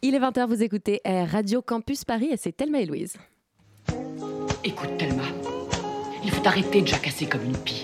Il est 20h, vous écoutez Radio Campus Paris et c'est Thelma et Louise. Écoute Thelma, il faut arrêter de jacasser comme une pie.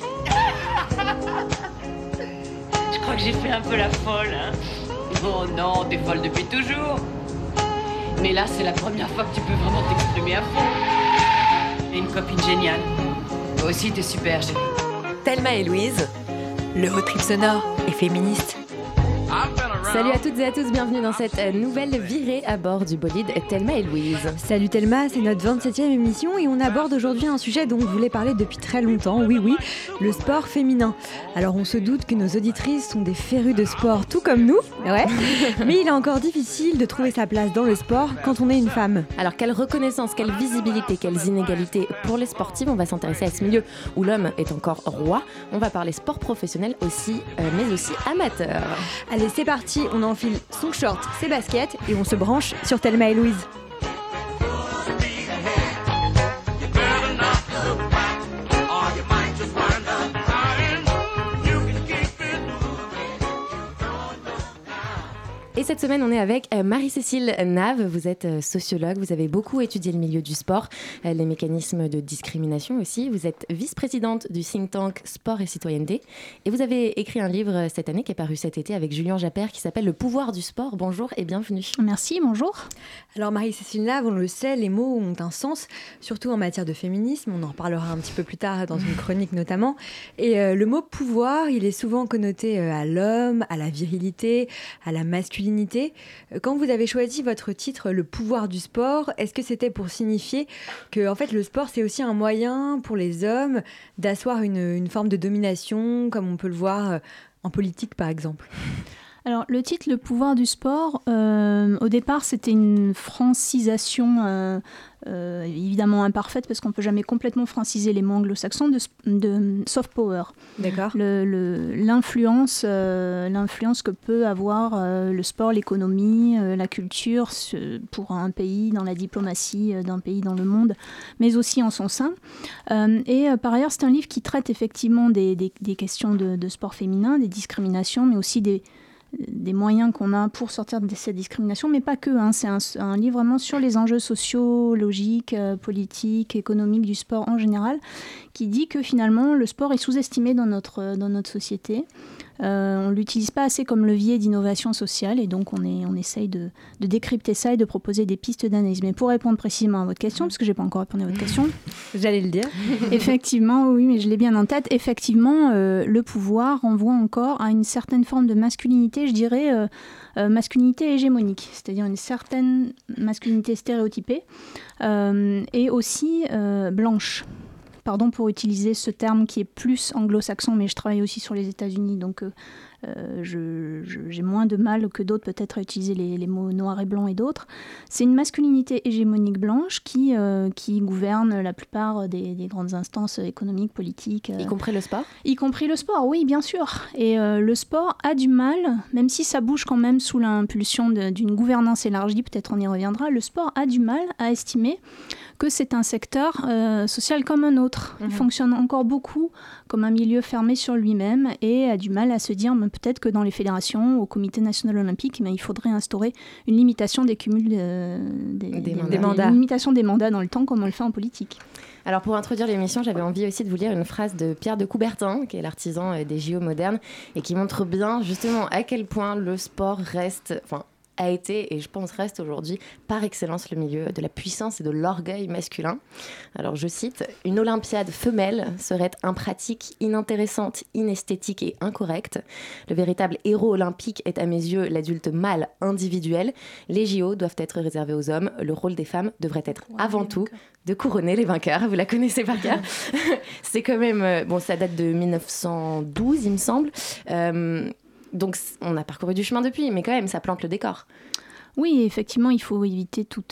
Je crois que j'ai fait un peu la folle, hein. Oh non, t'es folle depuis toujours. Mais là, c'est la première fois que tu peux vraiment t'exprimer à fond. T'es une copine géniale. Toi aussi, t'es super, chérie. Thelma et Louise, le haut trip sonore et féministe. Salut à toutes et à tous, bienvenue dans cette nouvelle virée à bord du bolide Thelma et Louise. Salut Thelma, c'est notre 27e émission et on aborde aujourd'hui un sujet dont on voulait parler depuis très longtemps, oui, le sport féminin. Alors on se doute que nos auditrices sont des férues de sport, tout comme nous, ouais. Mais il est encore difficile de trouver sa place dans le sport quand on est une femme. Alors quelle reconnaissance, quelle visibilité, quelles inégalités pour les sportives. On va s'intéresser à ce milieu où l'homme est encore roi. On va parler sport professionnel aussi, mais aussi amateur. Allez, c'est parti, on enfile son short, ses baskets et on se branche sur Thelma et Louise. Et cette semaine, on est avec Marie-Cécile Nave. Vous êtes sociologue, vous avez beaucoup étudié le milieu du sport, les mécanismes de discrimination aussi. Vous êtes vice-présidente du think tank Sport et Citoyenneté. Et vous avez écrit un livre cette année qui est paru cet été avec Julien Japper qui s'appelle Le pouvoir du sport. Bonjour et bienvenue. Merci, bonjour. Alors Marie-Cécile Nave, on le sait, les mots ont un sens, surtout en matière de féminisme. On en reparlera un petit peu plus tard dans une chronique notamment. Et le mot pouvoir, il est souvent connoté à l'homme, à la virilité, à la masculinité. Quand vous avez choisi votre titre, Le pouvoir du sport, est-ce que c'était pour signifier que en fait, le sport, c'est aussi un moyen pour les hommes d'asseoir une forme de domination, comme on peut le voir en politique, par exemple ? Alors, le titre « Le pouvoir du sport », au départ, c'était une francisation évidemment imparfaite, parce qu'on ne peut jamais complètement franciser les mots anglo-saxons, de soft power. D'accord. L'influence que peut avoir le sport, l'économie, la culture pour un pays, dans la diplomatie d'un pays dans le monde, mais aussi en son sein. Et par ailleurs, c'est un livre qui traite effectivement des questions de sport féminin, des discriminations, mais aussi des moyens qu'on a pour sortir de cette discrimination, mais pas que. C'est un livre vraiment sur les enjeux sociologiques, politiques, économiques du sport en général, qui dit que finalement le sport est sous-estimé dans notre société. On ne l'utilise pas assez comme levier d'innovation sociale et donc on essaye de décrypter ça et de proposer des pistes d'analyse. Mais pour répondre précisément à votre question, parce que je n'ai pas encore répondu à votre question. J'allais le dire. Effectivement, oui, mais je l'ai bien en tête. Effectivement, le pouvoir renvoie encore à une certaine forme de masculinité, je dirais masculinité hégémonique, c'est-à-dire une certaine masculinité stéréotypée et aussi blanche. Pardon pour utiliser ce terme qui est plus anglo-saxon, mais je travaille aussi sur les États-Unis, donc j'ai moins de mal que d'autres peut-être à utiliser les mots noir et blanc et d'autres. C'est une masculinité hégémonique blanche qui gouverne la plupart des grandes instances économiques, politiques. Y compris le sport ? Y compris le sport, oui, bien sûr. Et le sport a du mal, même si ça bouge quand même sous l'impulsion d'une gouvernance élargie, peut-être on y reviendra, le sport a du mal à estimer que c'est un secteur social comme un autre. Il fonctionne encore beaucoup comme un milieu fermé sur lui-même et a du mal à se dire peut-être que dans les fédérations, au Comité national olympique, il faudrait instaurer une limitation des cumuls des mandats. Une limitation des mandats dans le temps comme on le fait en politique. Alors pour introduire l'émission, j'avais envie aussi de vous lire une phrase de Pierre de Coubertin, qui est l'artisan des JO modernes, et qui montre bien justement à quel point le sport a été, et je pense reste aujourd'hui, par excellence le milieu de la puissance et de l'orgueil masculin. Alors je cite, « Une olympiade femelle serait impratique, inintéressante, inesthétique et incorrecte. Le véritable héros olympique est à mes yeux l'adulte mâle individuel. Les JO doivent être réservés aux hommes. Le rôle des femmes devrait être avant tout de couronner les vainqueurs. » Vous la connaissez par cœur. C'est quand même... ça date de 1912, il me semble. Donc, on a parcouru du chemin depuis, mais quand même, ça plante le décor. Oui, effectivement, il faut éviter tout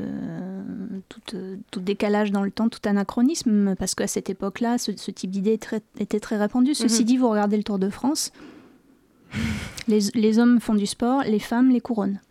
décalage dans le temps, tout anachronisme, parce qu'à cette époque-là, ce type d'idée était très répandu. Ceci dit, vous regardez le Tour de France, les hommes font du sport, les femmes les couronnent.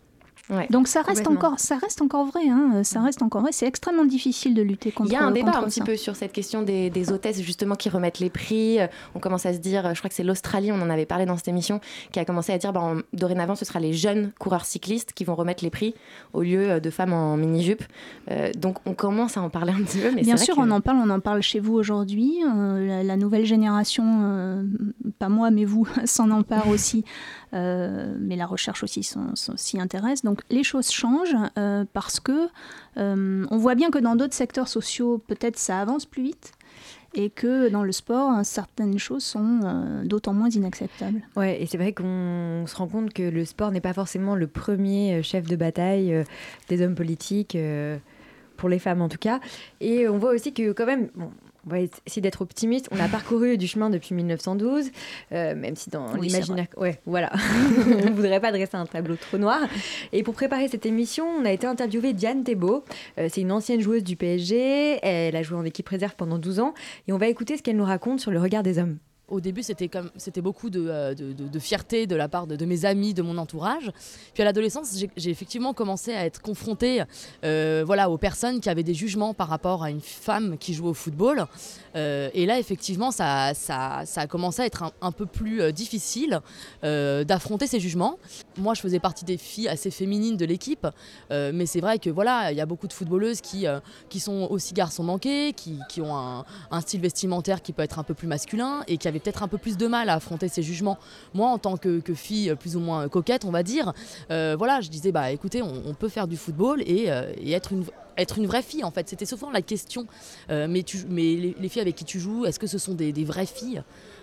Ouais. Donc ça reste encore vrai, hein. Ça reste encore vrai. C'est extrêmement difficile de lutter contre ça. Il y a un débat un petit peu sur cette question des hôtesses justement qui remettent les prix. On commence à se dire, je crois que c'est l'Australie, on en avait parlé dans cette émission, qui a commencé à dire dorénavant ce sera les jeunes coureurs cyclistes qui vont remettre les prix au lieu de femmes en mini-jupe. Donc on commence à en parler un petit peu. Mais bien c'est sûr, vrai on en parle chez vous aujourd'hui. La nouvelle génération, pas moi mais vous, s'en empare aussi. Mais la recherche aussi s'y intéresse. Donc les choses changent parce que on voit bien que dans d'autres secteurs sociaux, peut-être ça avance plus vite et que dans le sport, certaines choses sont d'autant moins inacceptables. Ouais, et c'est vrai qu'on se rend compte que le sport n'est pas forcément le premier chef de bataille des hommes politiques, pour les femmes en tout cas. Et on voit aussi que quand même... on va essayer d'être optimiste. On a parcouru du chemin depuis 1912, même si dans l'imaginaire... Ouais, voilà. On ne voudrait pas dresser un tableau trop noir. Et pour préparer cette émission, on a été interviewé Diane Thébault. C'est une ancienne joueuse du PSG. Elle a joué en équipe réserve pendant 12 ans. Et on va écouter ce qu'elle nous raconte sur le regard des hommes. Au début, c'était beaucoup de fierté de la part de mes amis, de mon entourage. Puis à l'adolescence, j'ai effectivement commencé à être confrontée aux personnes qui avaient des jugements par rapport à une femme qui joue au football. Et là, effectivement, ça a commencé à être un peu plus difficile d'affronter ces jugements. Moi, je faisais partie des filles assez féminines de l'équipe. Mais c'est vrai que il y a beaucoup de footballeuses qui sont aussi garçons manqués, qui ont un style vestimentaire qui peut être un peu plus masculin et qui avaient peut-être un peu plus de mal à affronter ces jugements. Moi, en tant que fille plus ou moins coquette, on va dire, je disais, écoutez, on peut faire du football et être une vraie fille, en fait. C'était souvent la question. Mais les filles avec qui tu joues, est-ce que ce sont des vraies filles ?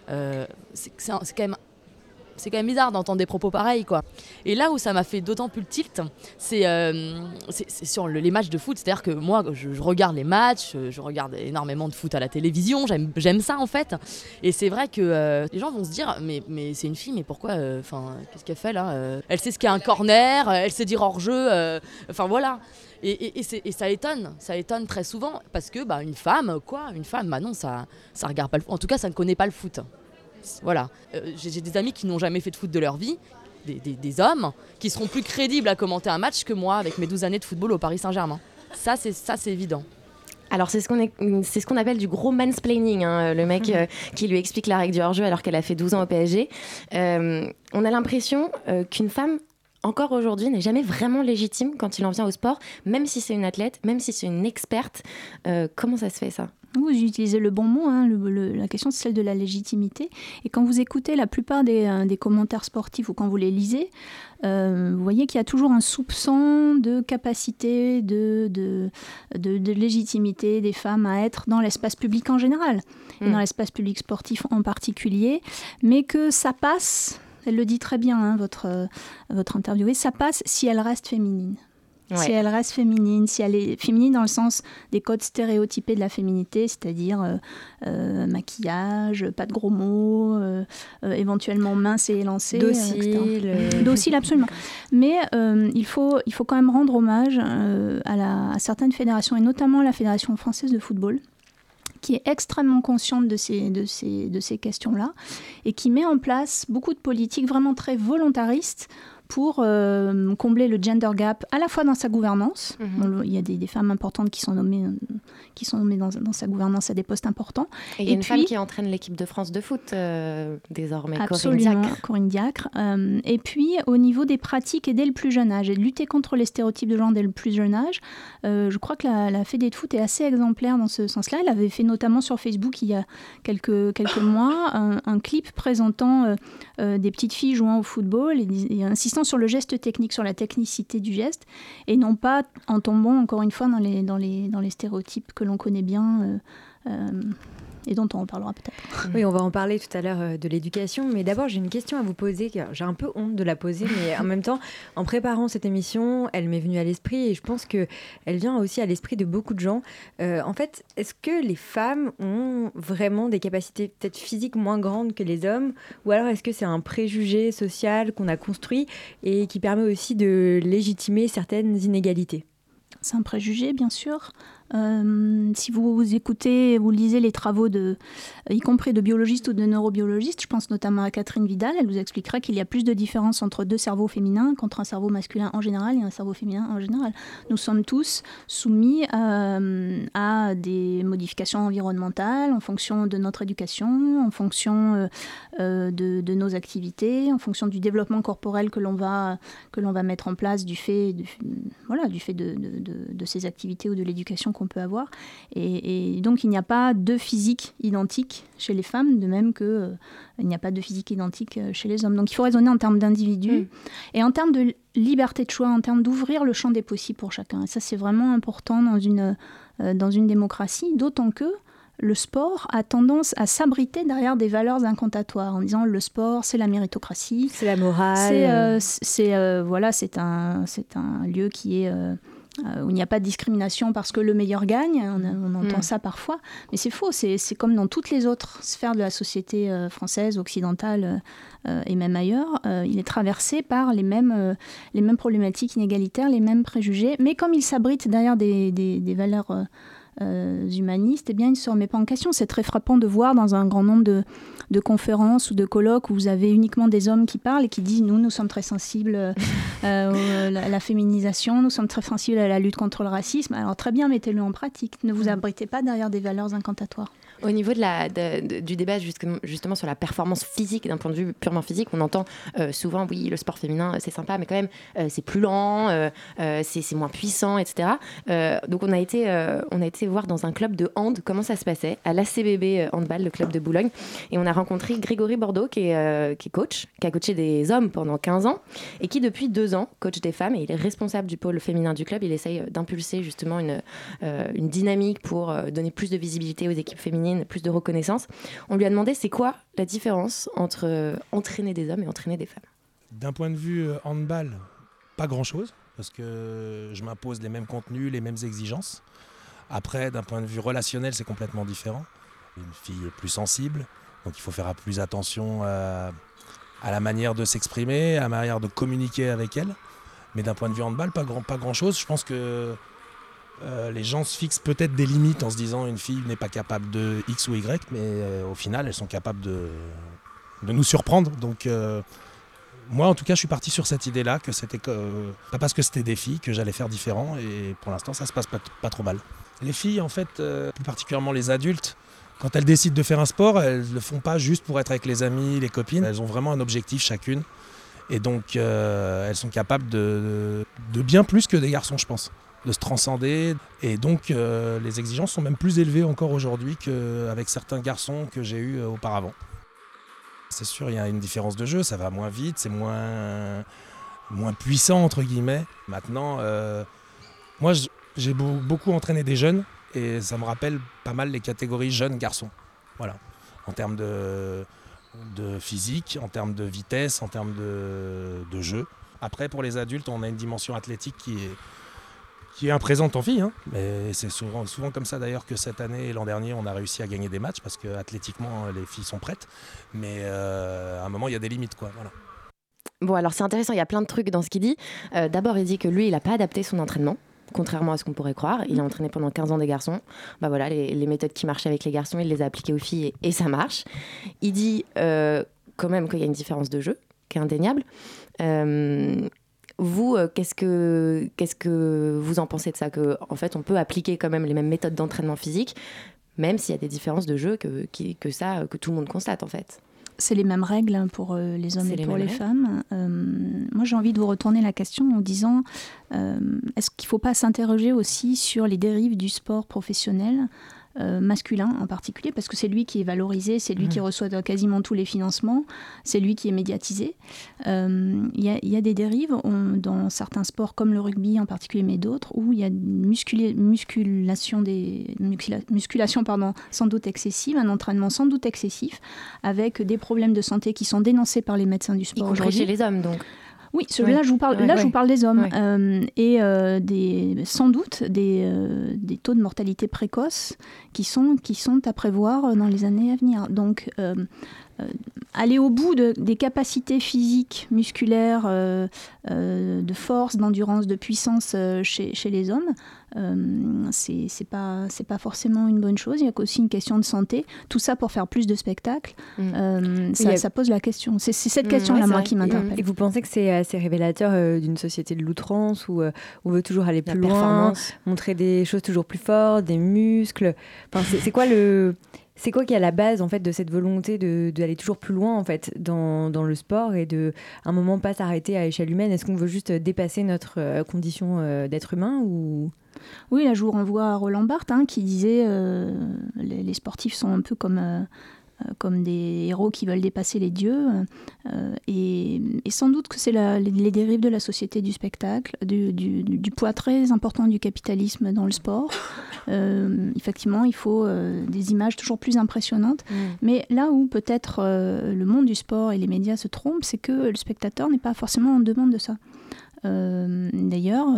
C'est quand même bizarre d'entendre des propos pareils, quoi. Et là où ça m'a fait d'autant plus le tilt, c'est sur les matchs de foot. C'est-à-dire que moi, je regarde les matchs, je regarde énormément de foot à la télévision, j'aime ça, en fait. Et c'est vrai que les gens vont se dire, mais c'est une fille, mais pourquoi qu'est-ce qu'elle fait, là Elle sait ce qu'est un corner, elle sait dire hors-jeu, voilà. Et ça étonne très souvent, parce que une femme, non, ça regarde pas le foot. En tout cas, ça ne connaît pas le foot. Voilà, j'ai des amis qui n'ont jamais fait de foot de leur vie, des hommes qui seront plus crédibles à commenter un match que moi avec mes 12 années de football au Paris Saint-Germain. Ça c'est évident. Alors c'est ce qu'on appelle du gros mansplaining, hein, le mec qui lui explique la règle du hors-jeu alors qu'elle a fait 12 ans au PSG. On a l'impression qu'une femme, encore aujourd'hui, n'est jamais vraiment légitime quand il en vient au sport, même si c'est une athlète, même si c'est une experte. Comment ça se fait, ça ? Vous utilisez le bon mot, hein, la question c'est celle de la légitimité. Et quand vous écoutez la plupart des commentaires sportifs ou quand vous les lisez, vous voyez qu'il y a toujours un soupçon de capacité, de légitimité des femmes à être dans l'espace public en général, et dans l'espace public sportif en particulier, mais que ça passe, elle le dit très bien, hein, votre interviewée, ça passe si elle reste féminine. Ouais. Si elle reste féminine, si elle est féminine dans le sens des codes stéréotypés de la féminité, c'est-à-dire maquillage, pas de gros mots, éventuellement mince et élancée. Docile. Docile, absolument. Mais il faut quand même rendre hommage à certaines fédérations, et notamment la Fédération française de football, qui est extrêmement consciente de ces questions-là, et qui met en place beaucoup de politiques vraiment très volontaristes pour combler le gender gap à la fois dans sa gouvernance. Il y a des femmes importantes qui sont nommées dans sa gouvernance à des postes importants. Et il y a une femme qui entraîne l'équipe de France de foot désormais, absolument, Corinne Diacre. Et puis au niveau des pratiques et dès le plus jeune âge, et de lutter contre les stéréotypes de genre dès le plus jeune âge, je crois que la Fédé de foot est assez exemplaire dans ce sens-là. Elle avait fait notamment sur Facebook il y a quelques mois un clip présentant des petites filles jouant au football et insistant sur le geste technique, sur la technicité du geste, et non pas en tombant encore une fois dans les stéréotypes que l'on connaît bien et dont on reparlera peut-être. Oui, on va en parler tout à l'heure de l'éducation, mais d'abord j'ai une question à vous poser. J'ai un peu honte de la poser, mais en même temps, en préparant cette émission, elle m'est venue à l'esprit et je pense qu'elle vient aussi à l'esprit de beaucoup de gens. En fait, est-ce que les femmes ont vraiment des capacités peut-être physiques moins grandes que les hommes, ou alors est-ce que c'est un préjugé social qu'on a construit et qui permet aussi de légitimer certaines inégalités ? C'est un préjugé, bien sûr. Si vous écoutez, vous lisez les travaux y compris de biologistes ou de neurobiologistes, je pense notamment à Catherine Vidal, elle vous expliquera qu'il y a plus de différence entre 2 cerveaux féminins qu'entre un cerveau masculin en général et un cerveau féminin en général. Nous sommes tous soumis à des modifications environnementales en fonction de notre éducation, en fonction de nos activités, en fonction du développement corporel que l'on va mettre en place du fait de ces activités ou de l'éducation qu'on peut avoir. Et donc, il n'y a pas de physique identique chez les femmes, de même qu'il n'y a pas de physique identique chez les hommes. Donc, il faut raisonner en termes d'individus et en termes de liberté de choix, en termes d'ouvrir le champ des possibles pour chacun. Et ça, c'est vraiment important dans une démocratie, d'autant que le sport a tendance à s'abriter derrière des valeurs incantatoires en disant le sport, c'est la méritocratie. C'est la morale. C'est un lieu qui est... où il n'y a pas de discrimination parce que le meilleur gagne, on entend ça parfois, mais c'est faux, c'est comme dans toutes les autres sphères de la société française, occidentale et même ailleurs, il est traversé par les mêmes problématiques inégalitaires, les mêmes préjugés, mais comme il s'abrite derrière des valeurs humanistes, eh bien, il ne se remet pas en question. C'est très frappant de voir dans un grand nombre de conférences ou de colloques où vous avez uniquement des hommes qui parlent et qui disent nous sommes très sensibles à la féminisation, nous sommes très sensibles à la lutte contre le racisme. Alors très bien, mettez-le en pratique. Ne vous abritez pas derrière des valeurs incantatoires. Au niveau du débat justement sur la performance physique, d'un point de vue purement physique, on entend souvent, oui, le sport féminin, c'est sympa, mais quand même, c'est plus lent, c'est moins puissant, etc. Donc on a été voir dans un club de hand comment ça se passait, à l'ACBB Handball, le club de Boulogne, et on a rencontré Grégory Bordeaux, qui est coach, qui a coaché des hommes pendant 15 ans, et qui depuis 2 ans coach des femmes, et il est responsable du pôle féminin du club. Il essaye d'impulser justement une dynamique pour donner plus de visibilité aux équipes féminines, plus de reconnaissance. On lui a demandé c'est quoi la différence entre entraîner des hommes et entraîner des femmes. D'un point de vue handball, pas grand-chose, parce que je m'impose les mêmes contenus, les mêmes exigences. Après, d'un point de vue relationnel, c'est complètement différent. Une fille est plus sensible, donc il faut faire plus attention à la manière de s'exprimer, à la manière de communiquer avec elle. Mais d'un point de vue handball, pas grand-chose. Je pense que les gens se fixent peut-être des limites en se disant une fille n'est pas capable de X ou Y, mais au final, elles sont capables de nous surprendre. Donc, moi, en tout cas, je suis parti sur cette idée-là, que c'était pas parce que c'était des filles que j'allais faire différent, et pour l'instant, ça se passe pas trop mal. Les filles, en fait, plus particulièrement les adultes, quand elles décident de faire un sport, elles le font pas juste pour être avec les amis, les copines. Elles ont vraiment un objectif chacune, et donc elles sont capables de bien plus que des garçons, je pense, de se transcender. Et donc les exigences sont même plus élevées encore aujourd'hui qu'avec certains garçons que j'ai eus auparavant. C'est sûr, il y a une différence de jeu, ça va moins vite, c'est moins puissant, entre guillemets. Maintenant, moi, j'ai beaucoup entraîné des jeunes, et ça me rappelle pas mal les catégories jeunes garçons. Voilà, en termes de physique, en termes de vitesse, en termes de jeu. Après, pour les adultes, on a une dimension athlétique qui est présente en filles, hein. Mais c'est souvent comme ça d'ailleurs que cette année et l'an dernier on a réussi à gagner des matchs parce que athlétiquement les filles sont prêtes, mais à un moment il y a des limites, quoi. Voilà. Bon, alors c'est intéressant, il y a plein de trucs dans ce qu'il dit. D'abord, il dit que lui, il n'a pas adapté son entraînement, contrairement à ce qu'on pourrait croire. Il a entraîné pendant 15 ans des garçons. Bah voilà, les méthodes qui marchaient avec les garçons, il les a appliquées aux filles et ça marche. Il dit quand même qu'il y a une différence de jeu qui est indéniable. Vous, qu'est-ce que vous en pensez de ça, que en fait on peut appliquer quand même les mêmes méthodes d'entraînement physique, même s'il y a des différences de jeu que tout le monde constate en fait? C'est les mêmes règles pour les hommes et pour les femmes. Moi, j'ai envie de vous retourner la question en disant est-ce qu'il ne faut pas s'interroger aussi sur les dérives du sport professionnel masculin en particulier, parce que c'est lui qui est valorisé, c'est lui qui reçoit quasiment tous les financements, c'est lui qui est médiatisé. Il y a des dérives dans certains sports comme le rugby en particulier, mais d'autres, où il y a une musculation sans doute excessive, un entraînement sans doute excessif, avec des problèmes de santé qui sont dénoncés par les médecins du sport aujourd'hui. Y compris chez les hommes, donc. Oui, là je vous parle des hommes, sans doute des taux de mortalité précoce qui sont à prévoir dans les années à venir. Donc aller au bout des capacités physiques, musculaires, de force, d'endurance, de puissance chez les hommes, c'est pas forcément une bonne chose. Il y a aussi une question de santé. Tout ça pour faire plus de spectacles. Ça pose la question. C'est cette question-là, moi, qui m'interpelle. Et vous pensez que c'est assez révélateur d'une société de l'outrance où on veut toujours aller plus loin, montrer des choses toujours plus fortes, des muscles. Enfin, c'est quoi qui est à la base en fait de cette volonté d'aller toujours plus loin en fait dans le sport et de à un moment pas s'arrêter à échelle humaine? Est-ce qu'on veut juste dépasser notre condition d'être humain ou... Oui, là je vous renvoie à Roland Barthes qui disait les sportifs sont un peu comme des héros qui veulent dépasser les dieux, et sans doute que c'est les dérives de la société du spectacle, du poids très important du capitalisme dans le sport. Effectivement, il faut des images toujours plus impressionnantes, mais là où peut-être le monde du sport et les médias se trompent, c'est que le spectateur n'est pas forcément en demande de ça. D'ailleurs,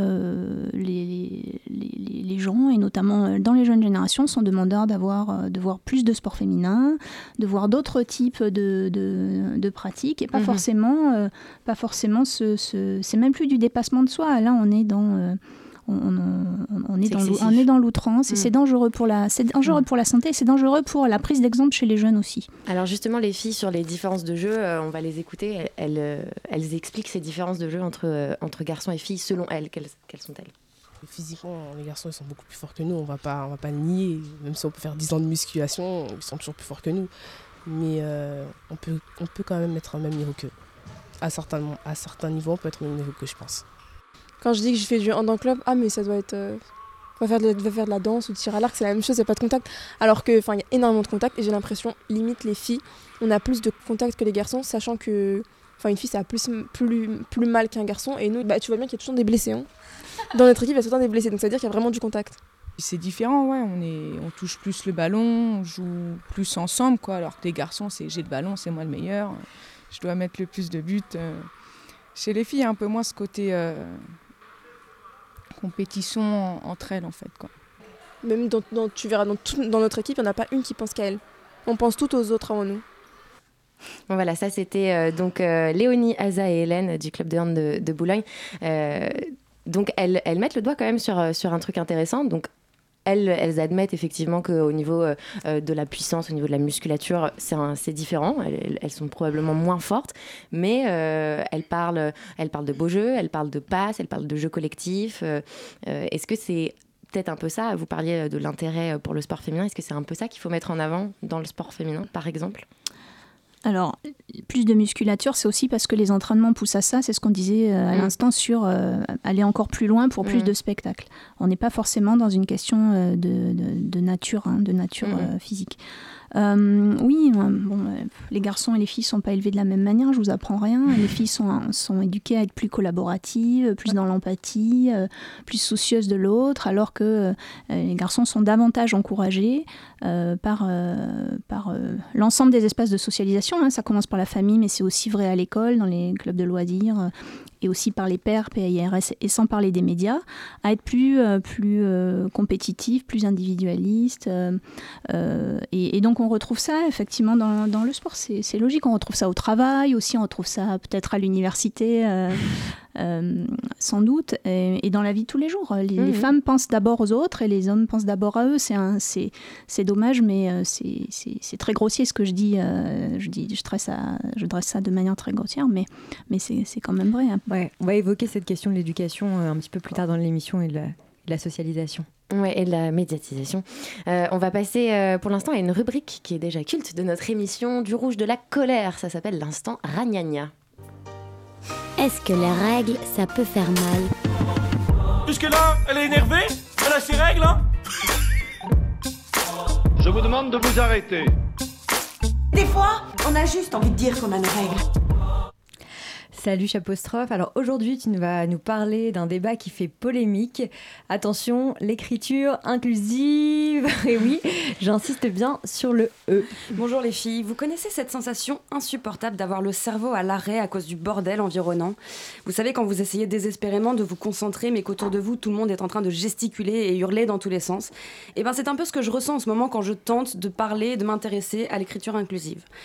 les gens, et notamment dans les jeunes générations, sont demandeurs de voir plus de sport féminin, de voir d'autres types de pratiques, et pas forcément c'est même plus du dépassement de soi. Là, on est dans... On est dans l'outrance et c'est dangereux pour la santé et c'est dangereux pour la prise d'exemple chez les jeunes aussi. Alors justement, les filles, sur les différences de jeu, on va les écouter. Elles expliquent ces différences de jeu entre garçons et filles selon elles. Quelles sont-elles ? Physiquement, les garçons ils sont beaucoup plus forts que nous, on va pas le nier. Même si on peut faire 10 ans de musculation, ils sont toujours plus forts que nous. Mais on peut quand même être au même niveau qu'eux. À certains niveaux, on peut être au même niveau que je pense. Quand je dis que je fais du hand en club, mais ça doit être... on va faire de la danse ou de tir à l'arc, c'est la même chose, il n'y a pas de contact. Alors qu'il y a énormément de contact et j'ai l'impression, limite les filles, on a plus de contact que les garçons, sachant que une fille ça a plus mal qu'un garçon. Et nous, tu vois bien qu'il y a toujours des blessés. Dans notre équipe, il y a tout le temps des blessés, donc ça veut dire qu'il y a vraiment du contact. C'est différent, ouais. On touche plus le ballon, on joue plus ensemble, quoi. Alors que les garçons, c'est j'ai le ballon, c'est moi le meilleur, je dois mettre le plus de buts. Chez les filles, il y a un peu moins ce côté... compétition entre elles en fait quoi. Même tu verras dans notre équipe, il n'y en a pas une qui pense qu'à elle. On pense toutes aux autres avant nous. Bon, voilà, ça c'était donc Léonie, Asa et Hélène du club de hand de Boulogne. Donc elles mettent le doigt quand même sur un truc intéressant. Donc elles admettent effectivement qu'au niveau de la puissance, au niveau de la musculature, c'est différent. Elles sont probablement moins fortes, mais elles parlent de beaux jeux, elles parlent de passes, elles parlent de jeux collectifs. Est-ce que c'est peut-être un peu ça? Vous parliez de l'intérêt pour le sport féminin. Est-ce que c'est un peu ça qu'il faut mettre en avant dans le sport féminin, par exemple? Alors, plus de musculature, c'est aussi parce que les entraînements poussent à ça. C'est ce qu'on disait à l'instant sur aller encore plus loin pour plus de spectacles. On n'est pas forcément dans une question de nature, physique. Oui, les garçons et les filles ne sont pas élevés de la même manière, je ne vous apprends rien. Les filles sont éduquées à être plus collaboratives, plus dans l'empathie, plus soucieuses de l'autre, alors que les garçons sont davantage encouragés par l'ensemble des espaces de socialisation. Ça commence par la famille, mais c'est aussi vrai à l'école, dans les clubs de loisirs, et aussi par les pairs, PAIRS, et sans parler des médias, à être plus compétitifs, plus individualistes. Et donc on retrouve ça effectivement dans le sport, c'est logique. On retrouve ça au travail aussi, on retrouve ça peut-être à l'université, sans doute, et dans la vie de tous les jours. Les femmes pensent d'abord aux autres et les hommes pensent d'abord à eux. C'est dommage, mais c'est très grossier ce que je dis. Je dresse ça de manière très grossière, mais c'est quand même vrai. Ouais, on va évoquer cette question de l'éducation un petit peu plus tard dans l'émission et de la socialisation. Ouais, et de la médiatisation. On va passer pour l'instant à une rubrique qui est déjà culte de notre émission, du rouge de la colère. Ça s'appelle l'instant ragnagna. Est-ce que les règles, ça peut faire mal? Jusque-là, elle est énervée? Elle a ses règles, hein? Je vous demande de vous arrêter. Des fois, on a juste envie de dire qu'on a nos règles. Salut Chapostrophe. Alors aujourd'hui, tu vas nous parler d'un débat qui fait polémique. Attention, l'écriture inclusive. Et oui, j'insiste bien sur le E. Bonjour les filles. Vous connaissez cette sensation insupportable d'avoir le cerveau à l'arrêt à cause du bordel environnant? Vous savez, quand vous essayez désespérément de vous concentrer, mais qu'autour de vous, tout le monde est en train de gesticuler et hurler dans tous les sens. Et c'est un peu ce que je ressens en ce moment quand je tente de parler, de m'intéresser à l'écriture inclusive.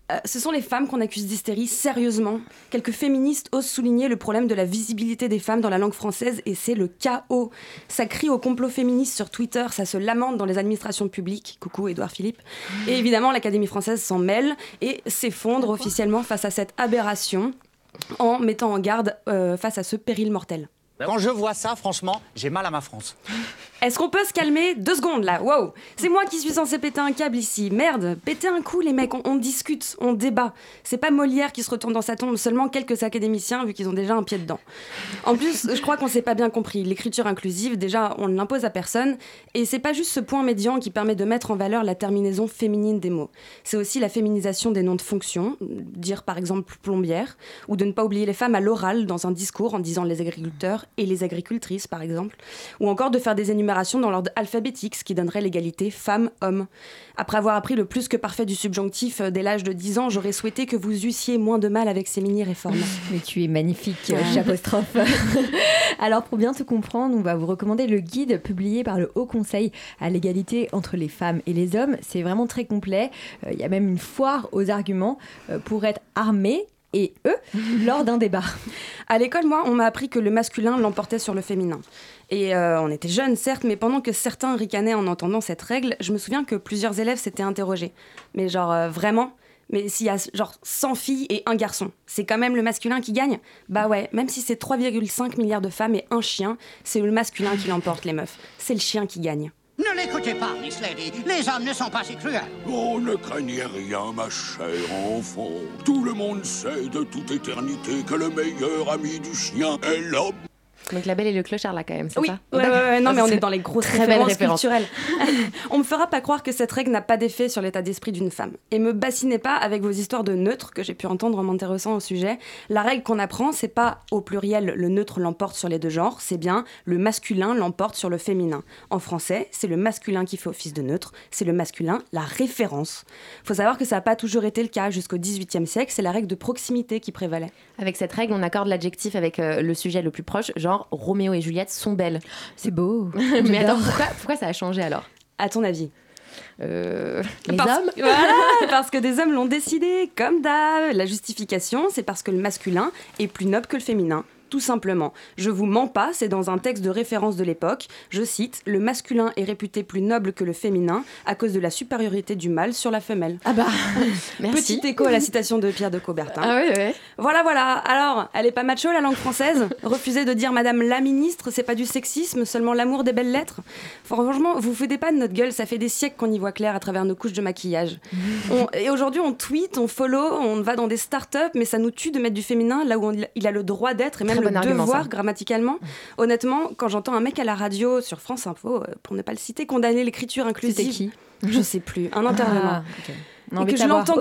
Ce sont les femmes qu'on accuse d'hystérie, sérieusement. Quelques féministes osent souligner le problème de la visibilité des femmes dans la langue française et c'est le chaos. Ça crie au complot féministe sur Twitter, ça se lamente dans les administrations publiques. Coucou Édouard Philippe. Et évidemment, l'Académie française s'en mêle et s'effondre officiellement face à cette aberration en mettant en garde face à ce péril mortel. Quand je vois ça, franchement, j'ai mal à ma France. Est-ce qu'on peut se calmer 2 secondes là? Wow. C'est moi qui suis censé péter un câble ici. Merde, pétez un coup les mecs, on discute, on débat. C'est pas Molière qui se retourne dans sa tombe, seulement quelques académiciens vu qu'ils ont déjà un pied dedans. En plus, je crois qu'on s'est pas bien compris. L'écriture inclusive, déjà, on ne l'impose à personne. Et c'est pas juste ce point médian qui permet de mettre en valeur la terminaison féminine des mots. C'est aussi la féminisation des noms de fonctions, dire par exemple plombière, ou de ne pas oublier les femmes à l'oral dans un discours en disant les agriculteurs et les agricultrices par exemple, ou encore de faire des énumérations dans l'ordre alphabétique, ce qui donnerait l'égalité femmes-hommes. Après avoir appris le plus que parfait du subjonctif dès l'âge de 10 ans, j'aurais souhaité que vous eussiez moins de mal avec ces mini-réformes. Mais tu es magnifique, j'apostrophe. Alors pour bien te comprendre, on va vous recommander le guide publié par le Haut Conseil à l'égalité entre les femmes et les hommes. C'est vraiment très complet. Il y a même une foire aux arguments pour être armé et eux lors d'un débat. À l'école, moi, on m'a appris que le masculin l'emportait sur le féminin. Et on était jeunes, certes, mais pendant que certains ricanaient en entendant cette règle, je me souviens que plusieurs élèves s'étaient interrogés. Mais genre, vraiment ? Mais s'il y a genre 100 filles et un garçon, c'est quand même le masculin qui gagne ? Bah ouais, même si c'est 3,5 milliards de femmes et un chien, c'est le masculin qui l'emporte, les meufs. C'est le chien qui gagne. Ne l'écoutez pas, Miss Lady. Les hommes ne sont pas si cruels. Oh, ne craignez rien, ma chère enfant. Tout le monde sait de toute éternité que le meilleur ami du chien est l'homme. Donc La Belle et le Clochard, là, quand même, c'est oui. ça? Ouais, non, mais on est dans les grosses références référence culturelles. On me fera pas croire que cette règle n'a pas d'effet sur l'état d'esprit d'une femme. Et me bassinez pas avec vos histoires de neutre que j'ai pu entendre en m'intéressant au sujet. La règle qu'on apprend, c'est pas au pluriel le neutre l'emporte sur les deux genres, c'est bien le masculin l'emporte sur le féminin. En français, c'est le masculin qui fait office de neutre, c'est le masculin la référence. Faut savoir que ça n'a pas toujours été le cas. Jusqu'au XVIIIe siècle, c'est la règle de proximité qui prévalait. Avec cette règle, on accorde l'adjectif avec le sujet le plus proche, genre Roméo et Juliette sont belles. C'est beau. Mais attends, pourquoi ça a changé alors? À ton avis? Les hommes. Voilà, parce que des hommes l'ont décidé, comme d'hab. La justification, c'est parce que le masculin est plus noble que le féminin. Tout simplement. Je vous mens pas, c'est dans un texte de référence de l'époque. Je cite, le masculin est réputé plus noble que le féminin à cause de la supériorité du mâle sur la femelle. Ah bah, merci. Petit écho à la citation de Pierre de Coubertin. Ah oui, oui. Voilà. Alors, elle est pas macho la langue française? Refuser de dire Madame la ministre, c'est pas du sexisme, seulement l'amour des belles lettres? Franchement, vous foutez pas de notre gueule, ça fait des siècles qu'on y voit clair à travers nos couches de maquillage. Et aujourd'hui, on tweet, on follow, on va dans des startups, mais ça nous tue de mettre du féminin là où il a le droit d'être et même le devoir grammaticalement. Honnêtement, quand j'entends un mec à la radio sur France Info, pour ne pas le citer, condamner l'écriture inclusive. C'était qui? Je sais plus. Un intervenant. Okay. Et que je l'entends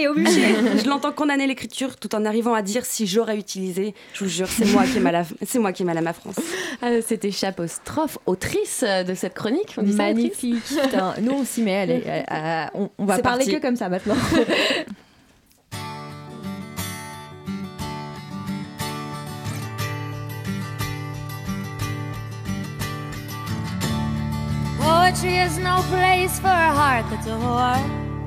je l'entends condamner l'écriture tout en arrivant à dire si j'aurais utilisé, je vous jure, c'est moi qui ai mal à ma France. C'était Chapostrophe, autrice de cette chronique. On dit magnifique. Putain, nous on s'y met. On va parler que comme ça maintenant. Poetry is no place for a heart that's a whore.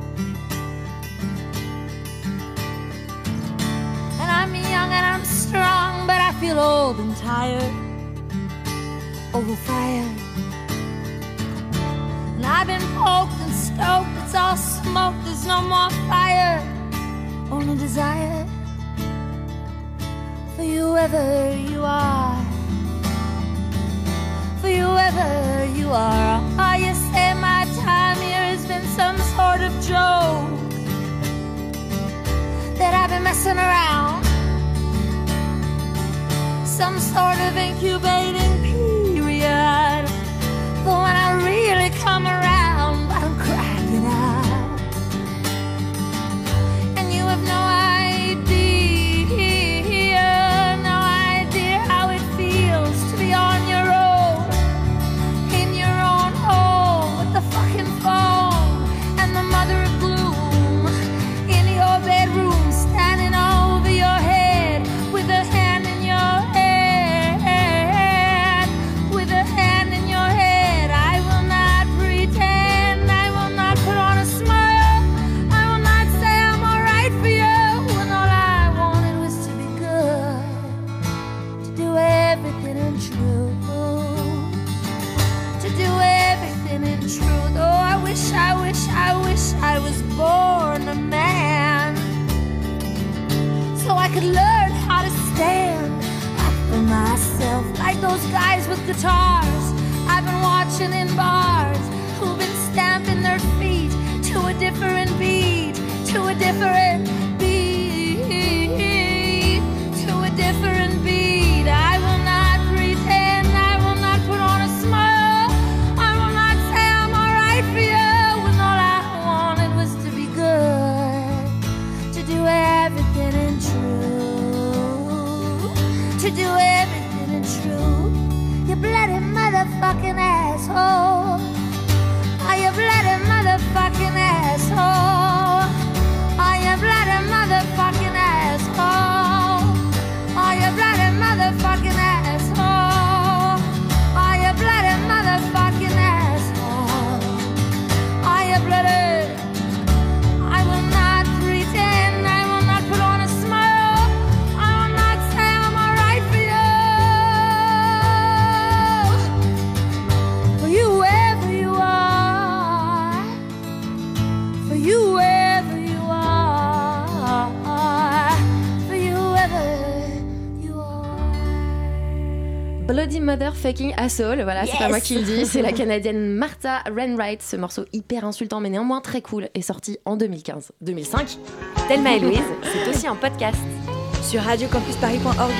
And I'm young and I'm strong, but I feel old and tired, overfired. And I've been poked and stoked, it's all smoke, there's no more fire, only desire for you whoever you are. For you whoever you are. Oh, you say my time here has been some sort of joke, that I've been messing around, some sort of incubating period. But when I really come around, I'm cracking up, and you have no idea how it feels to be on your own. And the mother of gloom in your bedroom, standing over your head with a hand in your hair. those guys with guitars I've been watching in bars, who've been stamping their feet to a different beat, to a different beat, to a different beat. I will not pretend, I will not put on a smile, I will not say I'm alright for you, when all I wanted was to be good, to do everything and true, to do everything and true. You bloody motherfucking asshole. Are you bloody motherfucking asshole? Are you bloody motherfucking asshole? Are you bloody motherfucking asshole? Are you bloody motherfucking asshole? Are you bloody? I will not pretend, I will not put on a smile, I will not say I'm alright for you. For you wherever you are, for you wherever you are, for you wherever you are. Bloody Motherfucking Asshole, voilà, Yes. c'est pas moi qui le dis, c'est la Canadienne Martha Wainwright. Ce morceau hyper insultant mais néanmoins très cool est sorti en 2015-2005. Thelma et Louise, c'est aussi en podcast. Sur radiocampusparis.org.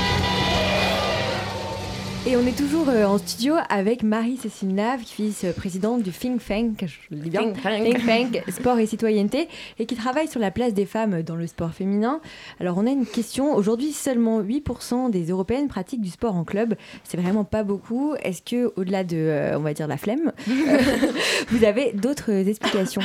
Et on est toujours en studio avec Marie-Cécile Nave, qui est vice-présidente du Think Tank, je le dis bien, Think Tank Sport et Citoyenneté, et qui travaille sur la place des femmes dans le sport féminin. Alors on a une question. Aujourd'hui, seulement 8% des Européennes pratiquent du sport en club. C'est vraiment pas beaucoup. Est-ce que, au-delà de, on va dire, la flemme, vous avez d'autres explications?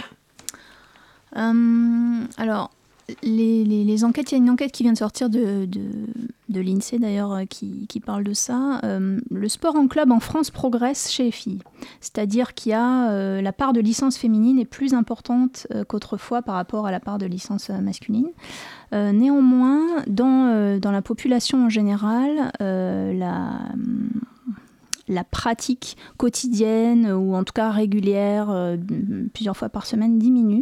Alors, les enquêtes, il y a une enquête qui vient de sortir de l'INSEE d'ailleurs qui parle de ça. Le sport en club en France progresse chez les filles. C'est-à-dire qu'il y a la part de licence féminine est plus importante qu'autrefois par rapport à la part de licence masculine. Néanmoins, dans la population en général, la pratique quotidienne ou en tout cas régulière, plusieurs fois par semaine, diminue.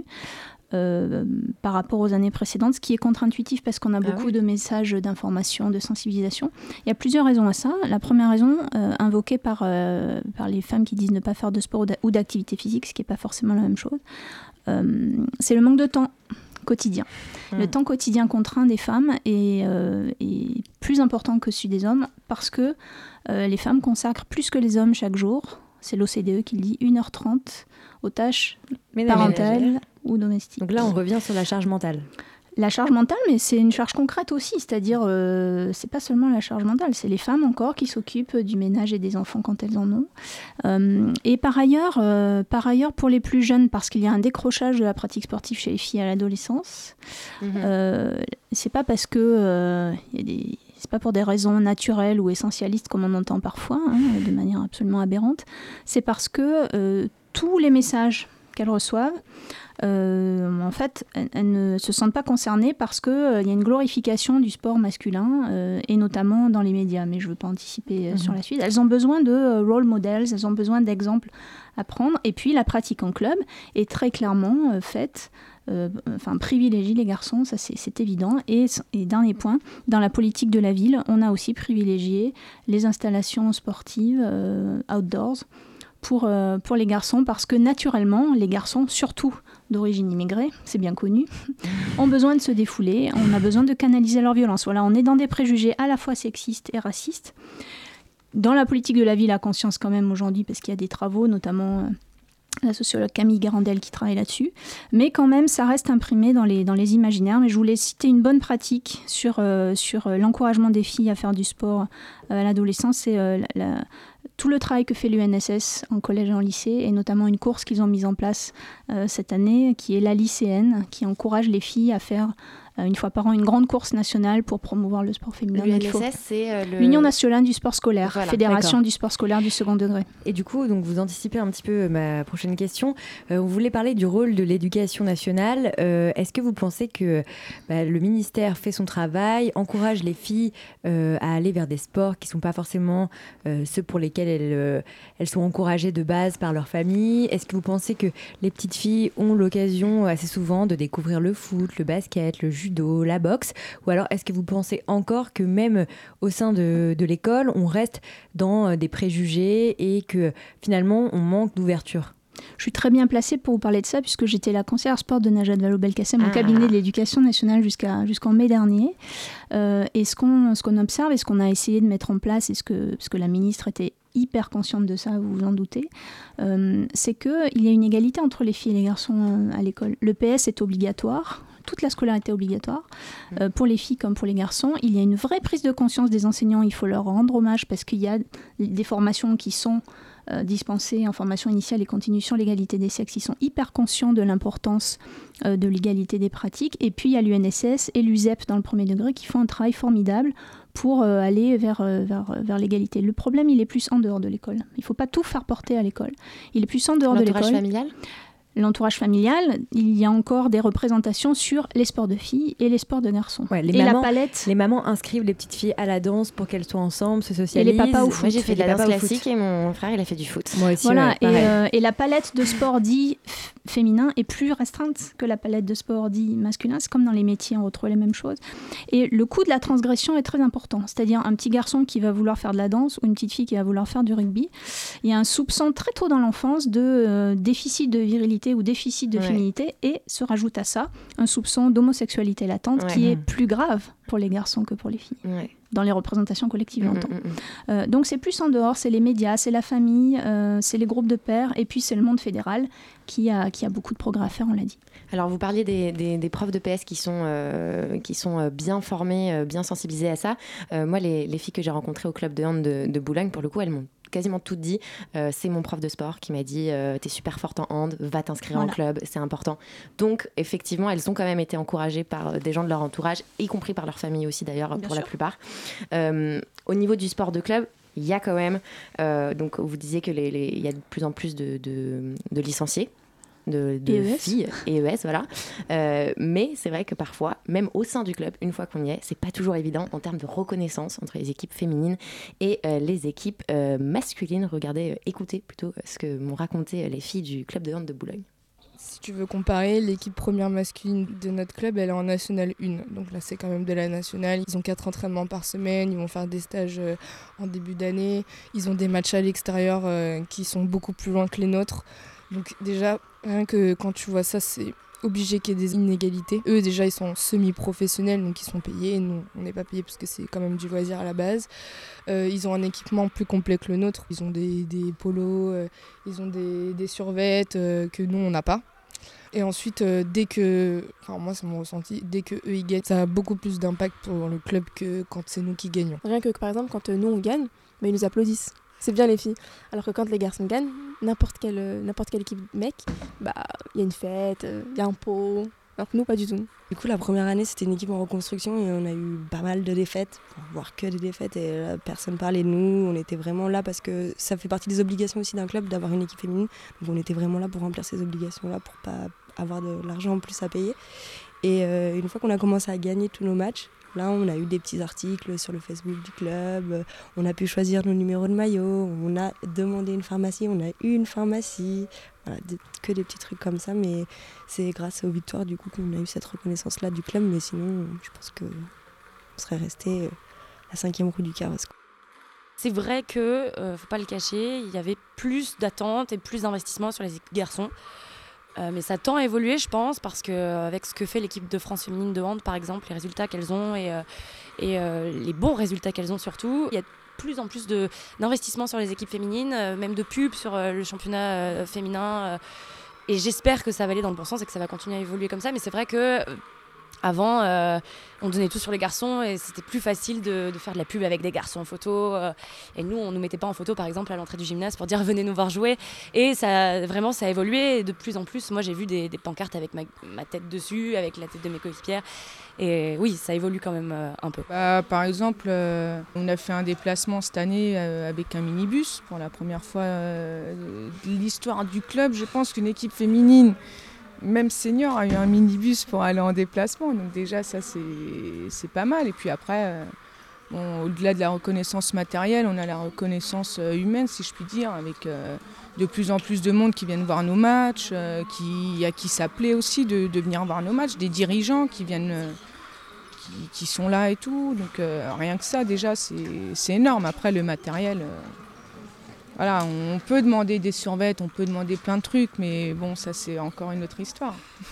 Par rapport aux années précédentes, ce qui est contre-intuitif parce qu'on a beaucoup de messages d'information, de sensibilisation. Il y a plusieurs raisons à ça. La première raison, invoquée par les femmes qui disent ne pas faire de sport ou d'activité physique, ce qui n'est pas forcément la même chose, c'est le manque de temps quotidien. Le temps quotidien contraint des femmes est plus important que celui des hommes parce que les femmes consacrent plus que les hommes chaque jour. C'est l'OCDE qui le dit, 1h30 aux tâches parentales ou domestiques. Donc là, on revient sur la charge mentale. La charge mentale, mais c'est une charge concrète aussi, c'est-à-dire c'est pas seulement la charge mentale, c'est les femmes encore qui s'occupent du ménage et des enfants quand elles en ont. Et par ailleurs, pour les plus jeunes, parce qu'il y a un décrochage de la pratique sportive chez les filles à l'adolescence, c'est pas parce que c'est pas pour des raisons naturelles ou essentialistes comme on entend parfois, de manière absolument aberrante. C'est parce que tous les messages qu'elles reçoivent, en fait, elles ne se sentent pas concernées parce qu'il y a une glorification du sport masculin, et notamment dans les médias, mais je ne veux pas anticiper sur la suite. Elles ont besoin de role models, elles ont besoin d'exemples à prendre. Et puis, la pratique en club est très clairement faite, privilégie les garçons, ça c'est évident. Et dernier point, dans la politique de la ville, on a aussi privilégié les installations sportives outdoors pour les garçons, parce que naturellement, les garçons, surtout d'origine immigrée, c'est bien connu, ont besoin de se défouler, on a besoin de canaliser leur violence. Voilà, on est dans des préjugés à la fois sexistes et racistes. Dans la politique de la ville, à conscience quand même aujourd'hui, parce qu'il y a des travaux, notamment la sociologue Camille Guérandel qui travaille là-dessus, mais quand même ça reste imprimé dans les imaginaires. Mais je voulais citer une bonne pratique sur l'encouragement des filles à faire du sport à l'adolescence, c'est tout le travail que fait l'UNSS en collège et en lycée, et notamment une course qu'ils ont mise en place cette année, qui est la lycéenne, qui encourage les filles à faire une fois par an une grande course nationale pour promouvoir le sport féminin. L'UNSS, c'est l'Union nationale du sport scolaire, voilà, Fédération du sport scolaire du second degré. Et du coup, donc vous anticipez un petit peu ma prochaine question. Vous voulez parler du rôle de l'éducation nationale. Est-ce que vous pensez que le ministère fait son travail, encourage les filles à aller vers des sports qui ne sont pas forcément ceux pour lesquels elles sont encouragées de base par leur famille? Est-ce que vous pensez que les petites filles ont l'occasion assez souvent de découvrir le foot, le basket, le judo, judo, la boxe? Ou alors est-ce que vous pensez encore que même au sein de l'école, on reste dans des préjugés et que finalement on manque d'ouverture? Je suis très bien placée pour vous parler de ça puisque j'étais la conseillère sport de Najat Vallaud-Belkacem au cabinet de l'éducation nationale jusqu'en mai dernier. Et ce qu'on observe et ce qu'on a essayé de mettre en place, parce que la ministre était hyper consciente de ça, vous vous en doutez, c'est qu'il y a une égalité entre les filles et les garçons à l'école. Le PS est obligatoire. Toute la scolarité obligatoire, pour les filles comme pour les garçons. Il y a une vraie prise de conscience des enseignants, il faut leur rendre hommage parce qu'il y a des formations qui sont dispensées en formation initiale et continue sur l'égalité des sexes. Ils sont hyper conscients de l'importance de l'égalité des pratiques. Et puis il y a l'UNSS et l'USEP dans le premier degré qui font un travail formidable pour aller vers l'égalité. Le problème, il est plus en dehors de l'école. Il ne faut pas tout faire porter à l'école. Il est plus en dehors de l'école. L'entourage familial ? L'entourage familial, il y a encore des représentations sur les sports de filles et les sports de garçons. Ouais, les mamans inscrivent les petites filles à la danse pour qu'elles soient ensemble, se socialisent. Et les papas au foot. Moi, j'ai fait de la danse classique et mon frère, il a fait du foot. Moi aussi, voilà. Ouais, et la palette de sports dits féminins est plus restreinte que la palette de sports dits masculins. C'est comme dans les métiers, on retrouve les mêmes choses. Et le coût de la transgression est très important. C'est-à-dire un petit garçon qui va vouloir faire de la danse ou une petite fille qui va vouloir faire du rugby. Il y a un soupçon très tôt dans l'enfance de déficit de virilité ou déficit de féminité, et se rajoute à ça un soupçon d'homosexualité latente qui est plus grave pour les garçons que pour les filles. Dans les représentations collectives, j'entends. Donc c'est plus en dehors, c'est les médias, c'est la famille, c'est les groupes de pairs, et puis c'est le monde fédéral qui a beaucoup de progrès à faire, on l'a dit. Alors vous parliez des profs de PS qui sont bien formés, bien sensibilisés à ça. Moi, les filles que j'ai rencontrées au club de hand de Boulogne, pour le coup, elles m'ont quasiment toutes dit, c'est mon prof de sport qui m'a dit t'es super forte en hand, va t'inscrire en club, c'est important. Donc effectivement, elles ont quand même été encouragées par des gens de leur entourage, y compris par leur famille aussi d'ailleurs, pour la plupart. Au niveau du sport de club, il y a quand même, donc vous disiez que il y a de plus en plus de licenciés, de filles, EES, voilà. Mais c'est vrai que parfois, même au sein du club, une fois qu'on y est, c'est pas toujours évident en termes de reconnaissance entre les équipes féminines et les équipes masculines. Regardez, écoutez plutôt ce que m'ont raconté les filles du club de hand de Boulogne. Si tu veux comparer, l'équipe première masculine de notre club, elle est en National 1. Donc là, c'est quand même de la nationale. Ils ont 4 entraînements par semaine, ils vont faire des stages en début d'année. Ils ont des matchs à l'extérieur qui sont beaucoup plus loin que les nôtres. Donc déjà, rien que quand tu vois ça, c'est obligé qu'il y ait des inégalités. Eux, déjà, ils sont semi-professionnels, donc ils sont payés. Nous, on n'est pas payés parce que c'est quand même du loisir à la base. Ils ont un équipement plus complet que le nôtre. Ils ont des polos, ils ont des survêtes que nous, on n'a pas. Et ensuite, moi c'est mon ressenti, dès qu'eux ils gagnent, ça a beaucoup plus d'impact pour le club que quand c'est nous qui gagnons. Rien que par exemple, quand nous on gagne, ils nous applaudissent. C'est bien les filles. Alors que quand les garçons gagnent, n'importe quelle équipe mec, il y a une fête, il y a un pot. Alors que nous, pas du tout. Du coup, la première année, c'était une équipe en reconstruction et on a eu pas mal de défaites, voire que des défaites. Et là, personne parlait de nous. On était vraiment là parce que ça fait partie des obligations aussi d'un club d'avoir une équipe féminine. Donc on était vraiment là pour remplir ces obligations-là, pour pas avoir de l'argent en plus à payer. Et une fois qu'on a commencé à gagner tous nos matchs, là, on a eu des petits articles sur le Facebook du club, on a pu choisir nos numéros de maillot, on a demandé une pharmacie, on a eu une pharmacie. Voilà, que des petits trucs comme ça, mais c'est grâce aux victoires du coup qu'on a eu cette reconnaissance-là du club, mais sinon, je pense qu'on serait resté la 5e roue du carrosse. C'est vrai que, faut pas le cacher, il y avait plus d'attentes et plus d'investissements sur les équipes garçons. Mais ça tend à évoluer, je pense, parce qu'avec ce que fait l'équipe de France féminine de hand, par exemple, les résultats qu'elles ont et les bons résultats qu'elles ont surtout, il y a de plus en plus d'investissements sur les équipes féminines, même de pubs sur le championnat féminin. Et j'espère que ça va aller dans le bon sens et que ça va continuer à évoluer comme ça. Mais c'est vrai que avant, on donnait tout sur les garçons et c'était plus facile de faire de la pub avec des garçons en photo. Et nous, on ne nous mettait pas en photo, par exemple, à l'entrée du gymnase pour dire « venez nous voir jouer ». Et ça a évolué. Et de plus en plus, moi, j'ai vu des pancartes avec ma tête dessus, avec la tête de mes coéquipières. Et oui, ça évolue quand même un peu. Par exemple, on a fait un déplacement cette année avec un minibus. Pour la première fois de l'histoire du club, je pense qu'une équipe féminine, même senior, a eu un minibus pour aller en déplacement. Donc déjà, ça, c'est pas mal. Et puis après, au-delà de la reconnaissance matérielle, on a la reconnaissance humaine, si je puis dire, avec de plus en plus de monde qui viennent voir nos matchs, à qui ça plaît aussi de venir voir nos matchs, des dirigeants qui viennent qui sont là et tout. Donc rien que ça, déjà, c'est énorme. Après, le matériel, voilà, on peut demander des survêtements, on peut demander plein de trucs, mais bon, ça, c'est encore une autre histoire.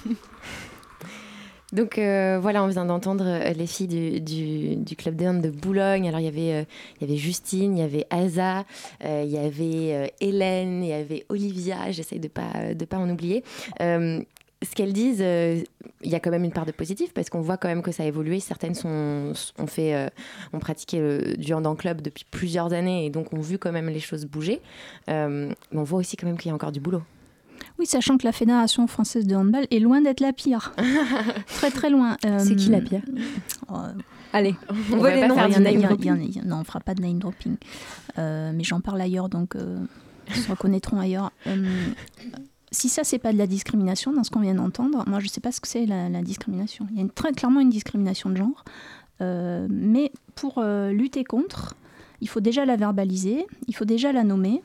Donc voilà, on vient d'entendre les filles du club de hand de Boulogne. Alors il y avait Justine, il y avait Asa, il y avait Hélène, il y avait Olivia. J'essaye de pas en oublier. Ce qu'elles disent, il y a quand même une part de positif parce qu'on voit quand même que ça a évolué. Certaines ont pratiqué du hand en club depuis plusieurs années et donc ont vu quand même les choses bouger. Mais on voit aussi quand même qu'il y a encore du boulot. Oui, sachant que la Fédération française de handball est loin d'être la pire. Très très loin. C'est qui la pire Allez, on va les noms. Non, on ne fera pas de name dropping. Mais j'en parle ailleurs, donc ils se reconnaîtront ailleurs. Si ça, c'est pas de la discrimination dans ce qu'on vient d'entendre, moi je ne sais pas ce que c'est la discrimination. Il y a très clairement une discrimination de genre. Mais pour lutter contre, il faut déjà la verbaliser, il faut déjà la nommer.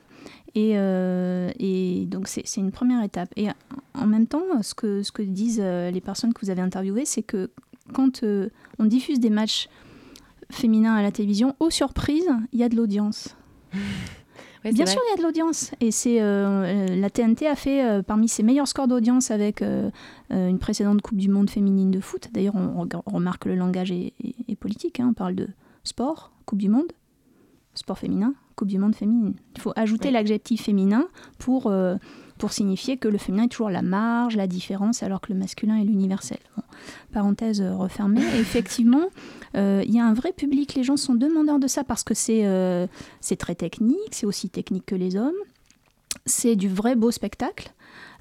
Et donc c'est une première étape. Et en même temps, ce que disent les personnes que vous avez interviewées, c'est que quand on diffuse des matchs féminins à la télévision, aux surprises, il y a de l'audience. Ouais, Bien sûr, il y a de l'audience. Et la TNT a fait parmi ses meilleurs scores d'audience avec une précédente Coupe du Monde féminine de foot. D'ailleurs, on remarque que le langage est politique. On parle de sport, Coupe du Monde, sport féminin, Coupe du Monde féminine. Il faut ajouter l'adjectif féminin pour signifier que le féminin est toujours la marge, la différence, alors que le masculin est l'universel. Bon, parenthèse refermée. Et effectivement, il y a un vrai public. Les gens sont demandeurs de ça parce que c'est très technique, c'est aussi technique que les hommes. C'est du vrai beau spectacle.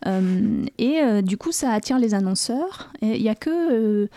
Du coup, ça attire les annonceurs. Il n'y a que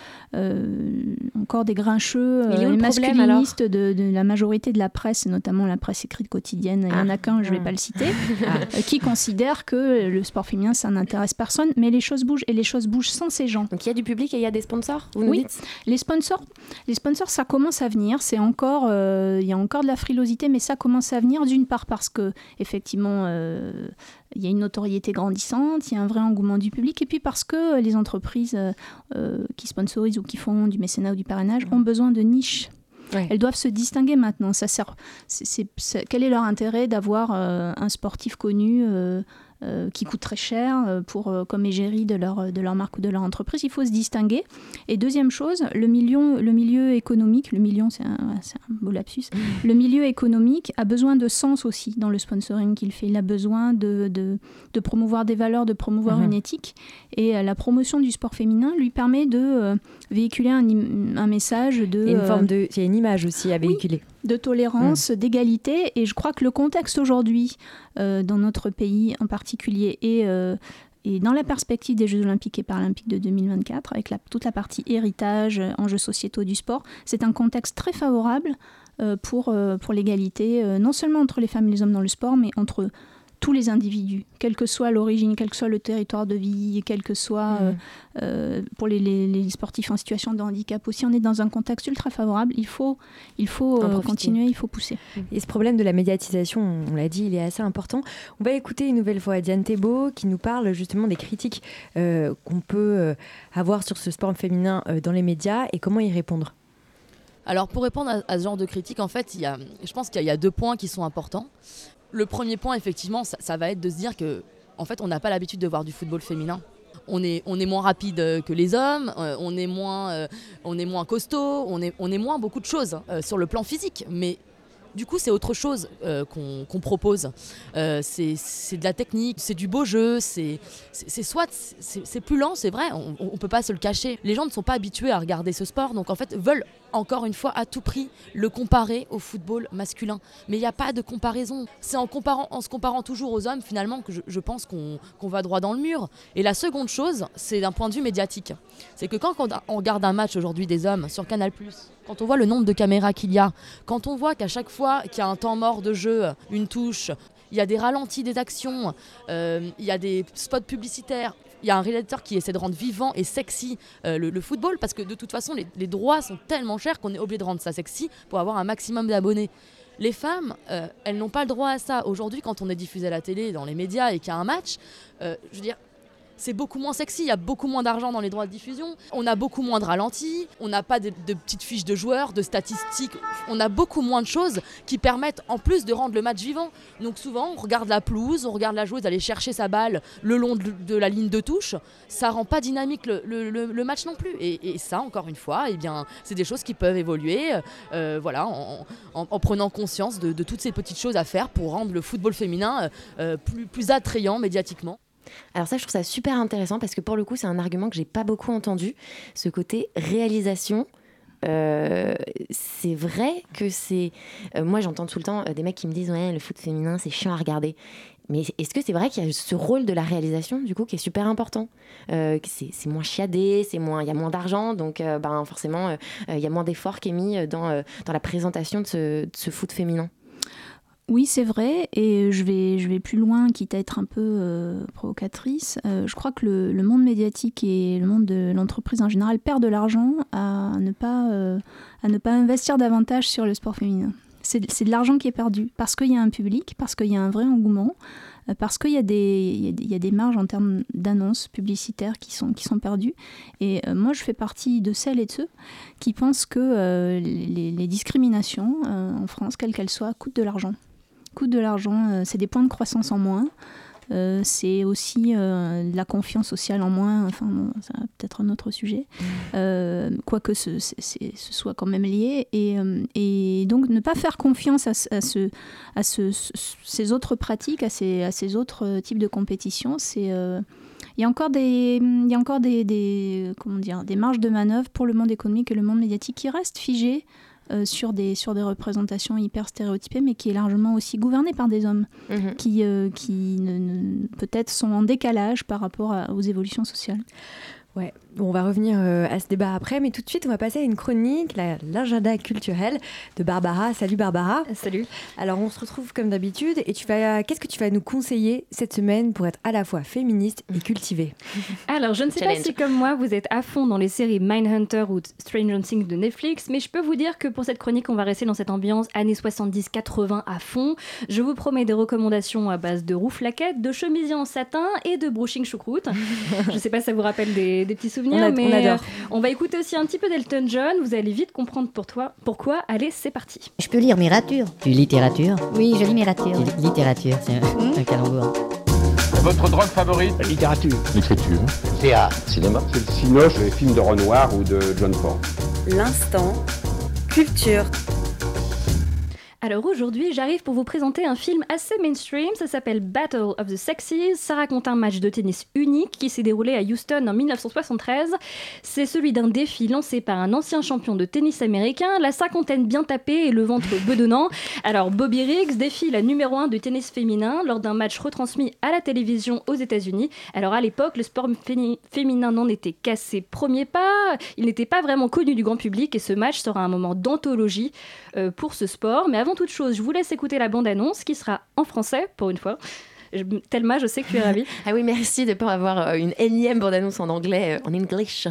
encore des grincheux, les masculinistes de la majorité de la presse, et notamment la presse écrite quotidienne, il n'y en a qu'un, je ne vais pas le citer, qui considèrent que le sport féminin, ça n'intéresse personne, mais les choses bougent, et les choses bougent sans ces gens. Donc il y a du public et il y a des sponsors, oui, les sponsors, ça commence à venir. Il y a encore de la frilosité, mais ça commence à venir, d'une part parce que effectivement il y a une notoriété grandissante, il y a un vrai engouement du public, et puis parce que les entreprises qui sponsorisent ou qui font du mécénat ou du parrainage ont besoin de niches. Ouais. Elles doivent se distinguer maintenant. Quel est leur intérêt d'avoir un sportif connu qui coûte très cher comme égérie de leur marque ou de leur entreprise? Il faut se distinguer. Et deuxième chose, le milieu économique, c'est un beau lapsus, le milieu économique a besoin de sens aussi dans le sponsoring qu'il fait. Il a besoin de promouvoir des valeurs, de promouvoir une éthique. Et la promotion du sport féminin lui permet de véhiculer un message de... Il y a une image aussi à véhiculer. Oui, de tolérance, d'égalité. Et je crois que le contexte aujourd'hui, dans notre pays en particulier, et dans la perspective des Jeux Olympiques et Paralympiques de 2024, avec toute la partie héritage, enjeux sociétaux du sport, c'est un contexte très favorable pour l'égalité, non seulement entre les femmes et les hommes dans le sport, mais entre tous les individus, quelle que soit l'origine, quel que soit le territoire de vie, quel que soit pour les sportifs en situation de handicap aussi. On est dans un contexte ultra favorable, il faut continuer, il faut pousser. Et ce problème de la médiatisation, on l'a dit, il est assez important. On va écouter une nouvelle fois Diane Thébault qui nous parle justement des critiques qu'on peut avoir sur ce sport féminin dans les médias et comment y répondre. Alors pour répondre à ce genre de critiques, en fait, je pense qu'il y a 2 points qui sont importants. Le premier point, effectivement, ça va être de se dire que, en fait, on n'a pas l'habitude de voir du football féminin. On est moins rapide que les hommes, on est moins costaud, on est moins beaucoup de choses sur le plan physique. Mais du coup, c'est autre chose qu'on propose. C'est de la technique, c'est du beau jeu, c'est plus lent, c'est vrai, on peut pas se le cacher. Les gens ne sont pas habitués à regarder ce sport, donc en fait veulent encore une fois à tout prix le comparer au football masculin. Mais il n'y a pas de comparaison. C'est en se comparant toujours aux hommes finalement que je pense qu'on va droit dans le mur. Et la seconde chose, c'est d'un point de vue médiatique. C'est que quand on regarde un match aujourd'hui des hommes sur Canal+, quand on voit le nombre de caméras qu'il y a, quand on voit qu'à chaque fois qu'il y a un temps mort de jeu, une touche, il y a des ralentis des actions, il y a des spots publicitaires, il y a un réalisateur qui essaie de rendre vivant et sexy le football, parce que de toute façon, les droits sont tellement chers qu'on est obligé de rendre ça sexy pour avoir un maximum d'abonnés. Les femmes, elles n'ont pas le droit à ça. Aujourd'hui, quand on est diffusé à la télé, dans les médias et qu'il y a un match, je veux dire, c'est beaucoup moins sexy, il y a beaucoup moins d'argent dans les droits de diffusion, on a beaucoup moins de ralentis, on n'a pas de petites fiches de joueurs, de statistiques, on a beaucoup moins de choses qui permettent en plus de rendre le match vivant. Donc souvent on regarde la pelouse, on regarde la joueuse aller chercher sa balle le long de la ligne de touche, ça rend pas dynamique le match non plus. Et ça, encore une fois, eh bien, c'est des choses qui peuvent évoluer voilà, en prenant conscience de toutes ces petites choses à faire pour rendre le football féminin plus attrayant médiatiquement. Alors ça, je trouve ça super intéressant parce que pour le coup, c'est un argument que j'ai pas beaucoup entendu, ce côté réalisation. C'est vrai que c'est... moi, j'entends tout le temps des mecs qui me disent « Ouais, le foot féminin, c'est chiant à regarder ». Mais est-ce que c'est vrai qu'il y a ce rôle de la réalisation, du coup, qui est super important c'est moins chiadé, il y a moins d'argent, donc forcément, il y a moins d'efforts qui est mis dans la présentation de ce foot féminin. Oui, c'est vrai, et je vais plus loin, quitte à être un peu provocatrice. Je crois que le monde médiatique et le monde de l'entreprise en général perd de l'argent à ne pas investir davantage sur le sport féminin. C'est de l'argent qui est perdu, parce qu'il y a un public, parce qu'il y a un vrai engouement, parce qu'il y a des marges en termes d'annonces publicitaires qui sont perdues. Et moi, je fais partie de celles et de ceux qui pensent que les discriminations en France, quelles qu'elles soient, coûtent de l'argent. C'est des points de croissance en moins. C'est aussi de la confiance sociale en moins, enfin bon, c'est peut-être un autre sujet, quoique ce soit quand même lié, et donc ne pas faire confiance à ces autres pratiques, à ces autres types de compétitions, c'est... Il y a encore des marges de manœuvre pour le monde économique et le monde médiatique qui restent figés sur des représentations hyper stéréotypées, mais qui est largement aussi gouvernée par des hommes qui peut-être sont en décalage par rapport aux évolutions sociales. Ouais, bon, on va revenir à ce débat après, mais tout de suite, on va passer à une chronique, l'agenda culturel de Barbara. Salut Barbara. Salut. Alors, on se retrouve comme d'habitude, et qu'est-ce que tu vas nous conseiller cette semaine pour être à la fois féministe et cultivée? Alors, je ne sais pas si, comme moi, vous êtes à fond dans les séries Mindhunter ou Stranger Things de Netflix, mais je peux vous dire que pour cette chronique, on va rester dans cette ambiance années 70-80 à fond. Je vous promets des recommandations à base de rouflaquettes, de chemisiers en satin et de brushing choucroute. Je ne sais pas si ça vous rappelle des petits souvenirs, mais on adore. On va écouter aussi un petit peu d'Elton John, vous allez vite comprendre pourquoi. Allez, c'est parti. Je peux lire mes ratures. Tu lis tes ratures? Oui, je lis mes ratures. Littérature, c'est un calembour. Votre drogue favorite? La littérature. L'écriture. Théâtre. Cinéma. C'est le cinoche des films de Renoir ou de John Ford. L'instant culture. Alors aujourd'hui, j'arrive pour vous présenter un film assez mainstream, ça s'appelle Battle of the Sexes, ça raconte un match de tennis unique qui s'est déroulé à Houston en 1973. C'est celui d'un défi lancé par un ancien champion de tennis américain, la cinquantaine bien tapée et le ventre bedonnant. Alors Bobby Riggs défie la numéro 1 du tennis féminin lors d'un match retransmis à la télévision aux États-Unis. Alors à l'époque, le sport féminin n'en était qu'à ses premiers pas, il n'était pas vraiment connu du grand public et ce match sera un moment d'anthologie pour ce sport. Mais avant toute chose, je vous laisse écouter la bande-annonce qui sera en français pour une fois. Thelma, je sais que tu es ravie. Ah oui, merci de ne pas avoir une énième bande-annonce en anglais, en English.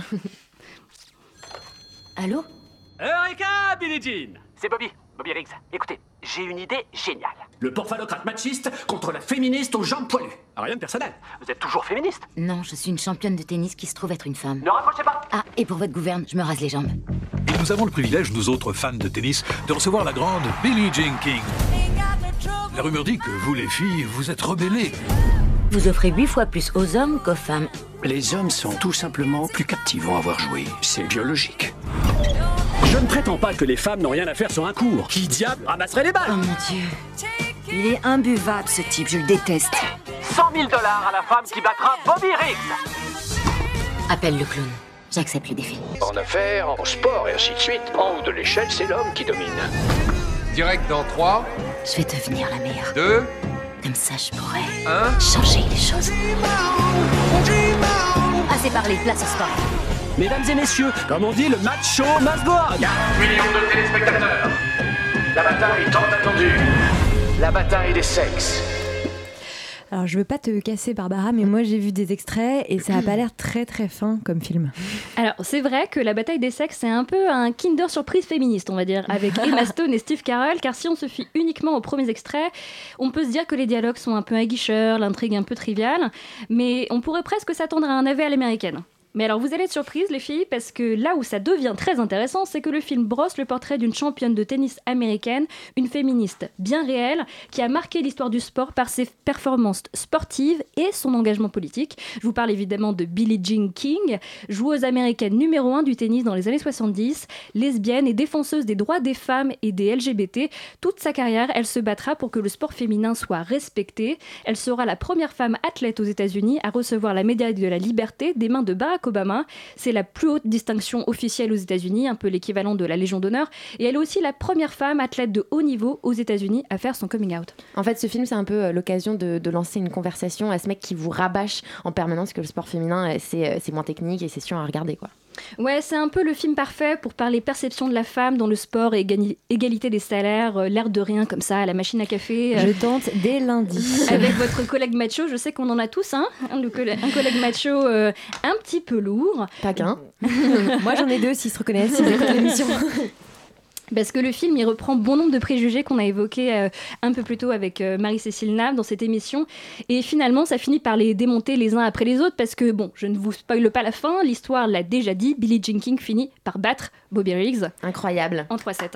Allô? Eureka, Billie Jean! C'est Bobby Riggs. Écoutez, j'ai une idée géniale. Le porphalocrate machiste contre la féministe aux jambes poilues. Rien de personnel. Vous êtes toujours féministe? Non, je suis une championne de tennis qui se trouve être une femme. Ne raccrochez pas! Ah, et pour votre gouverne, je me rase les jambes. Et nous avons le privilège, nous autres fans de tennis, de recevoir la grande Billie Jean King. La rumeur dit que vous, les filles, vous êtes rebellées. Vous offrez 8 fois plus aux hommes qu'aux femmes. Les hommes sont tout simplement plus captivants à voir jouer. C'est biologique. Je ne prétends pas que les femmes n'ont rien à faire sur un court. Qui diable ramasserait les balles? Oh mon Dieu. Il est imbuvable ce type, je le déteste. $100 000 à la femme qui battra Bobby Riggs. Appelle le clown. J'accepte le défi. En affaires, en sport et ainsi de suite, en haut de l'échelle, c'est l'homme qui domine. Direct dans 3. Je vais devenir la meilleure. 2. Comme ça, je pourrais 1. changer les choses. Assez parlé, place au sport. Mesdames et messieurs, comme on dit, le match show must go on. 4 millions de téléspectateurs. La bataille tant attendue. La bataille des sexes. Alors, je veux pas te casser, Barbara, mais moi j'ai vu des extraits et ça a pas l'air très très fin comme film. Alors, c'est vrai que La bataille des sexes, c'est un peu un Kinder Surprise féministe, on va dire, avec Emma Stone et Steve Carell, car si on se fie uniquement aux premiers extraits, on peut se dire que les dialogues sont un peu aguicheurs, l'intrigue un peu triviale, mais on pourrait presque s'attendre à un navet à l'américaine. Mais alors vous allez être surprises les filles, parce que là où ça devient très intéressant, c'est que le film brosse le portrait d'une championne de tennis américaine, une féministe bien réelle, qui a marqué l'histoire du sport par ses performances sportives et son engagement politique. Je vous parle évidemment de Billie Jean King, joueuse américaine numéro 1 du tennis dans les années 70, lesbienne et défenseuse des droits des femmes et des LGBT. Toute sa carrière, elle se battra pour que le sport féminin soit respecté. Elle sera la première femme athlète aux États-Unis à recevoir la médaille de la liberté des mains de Barack Obama. C'est la plus haute distinction officielle aux États-Unis, un peu l'équivalent de la Légion d'honneur. Et elle est aussi la première femme athlète de haut niveau aux États-Unis à faire son coming out. En fait, ce film, c'est un peu l'occasion de lancer une conversation à ce mec qui vous rabâche en permanence que le sport féminin, c'est moins technique et c'est chiant à regarder, quoi. Ouais, c'est un peu le film parfait pour parler perception de la femme dans le sport et égalité des salaires, l'air de rien comme ça, à la machine à café. Je tente dès lundi. Avec votre collègue macho, je sais qu'on en a tous, hein, un collègue macho un petit peu lourd. Pas qu'un. Moi j'en ai 2 s'ils se reconnaissent, s'ils écoutent l'émission. Parce que le film, il reprend bon nombre de préjugés qu'on a évoqués un peu plus tôt avec Marie-Cécile Nave dans cette émission. Et finalement, ça finit par les démonter les uns après les autres parce que, bon, je ne vous spoile pas la fin, l'histoire l'a déjà dit, Billie Jean King finit par battre Bobby Riggs. Incroyable. En 3-7.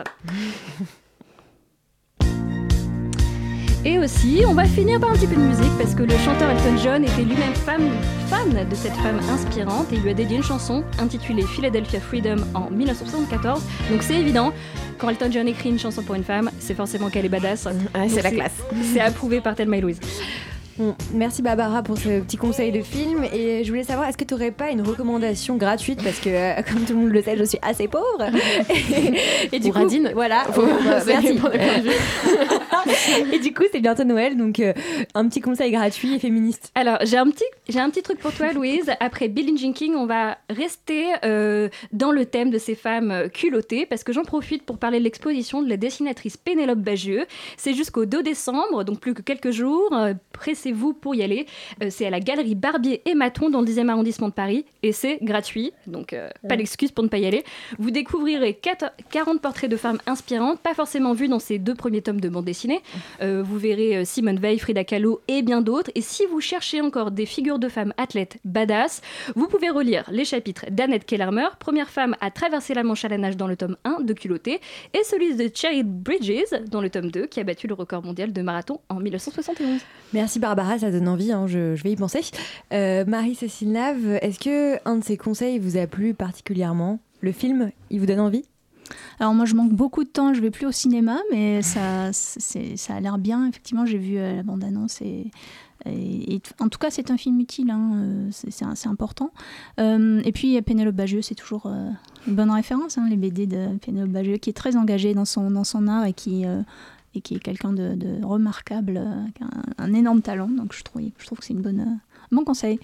Et aussi, on va finir par un petit peu de musique parce que le chanteur Elton John était lui-même fan de cette femme inspirante et il lui a dédié une chanson intitulée Philadelphia Freedom en 1974. Donc c'est évident, quand Elton John écrit une chanson pour une femme, c'est forcément qu'elle est badass. Ouais, c'est la classe. C'est approuvé par Thelma et Louise. Bon, merci Barbara pour ce petit conseil de film et je voulais savoir, est-ce que tu n'aurais pas une recommandation gratuite parce que comme tout le monde le sait, je suis assez pauvre et du coup, radine. Voilà, merci. Et du coup c'est bientôt Noël, donc un petit conseil gratuit et féministe. Alors j'ai un petit truc pour toi Louise. Après Billie Jean King, on va rester dans le thème de ces femmes culottées parce que j'en profite pour parler de l'exposition de la dessinatrice Pénélope Bagieux. C'est jusqu'au 2 décembre, donc plus que quelques jours. Pressez-vous pour y aller. C'est à la galerie Barbier et Maton dans le 10e arrondissement de Paris et c'est gratuit, donc pas d'excuse pour ne pas y aller. Vous découvrirez 40 portraits de femmes inspirantes, pas forcément vus dans ces 2 premiers tomes de bande dessinée. Vous verrez Simone Veil, Frida Kahlo et bien d'autres. Et si vous cherchez encore des figures de femmes athlètes badass, vous pouvez relire les chapitres d'Annette Kellermer, première femme à traverser la Manche à la nage dans le tome 1 de Culottée, et celui de Cheryl Bridges dans le tome 2 qui a battu le record mondial de marathon en 1971. Merci Barbara, ça donne envie, hein, je vais y penser. Marie-Cécile Nave, est-ce qu'un de ces conseils vous a plu particulièrement ? Le film, il vous donne envie ? Alors moi je manque beaucoup de temps, je vais plus au cinéma, mais ça a l'air bien. Effectivement, j'ai vu la bande-annonce et en tout cas c'est un film utile, hein, c'est important. Et puis Pénélope Bagieux, c'est toujours une bonne référence, hein, les BD de Pénélope Bagieux, qui est très engagée dans son art et qui est quelqu'un de remarquable, qui a un énorme talent. Donc je trouve que c'est un bon conseil.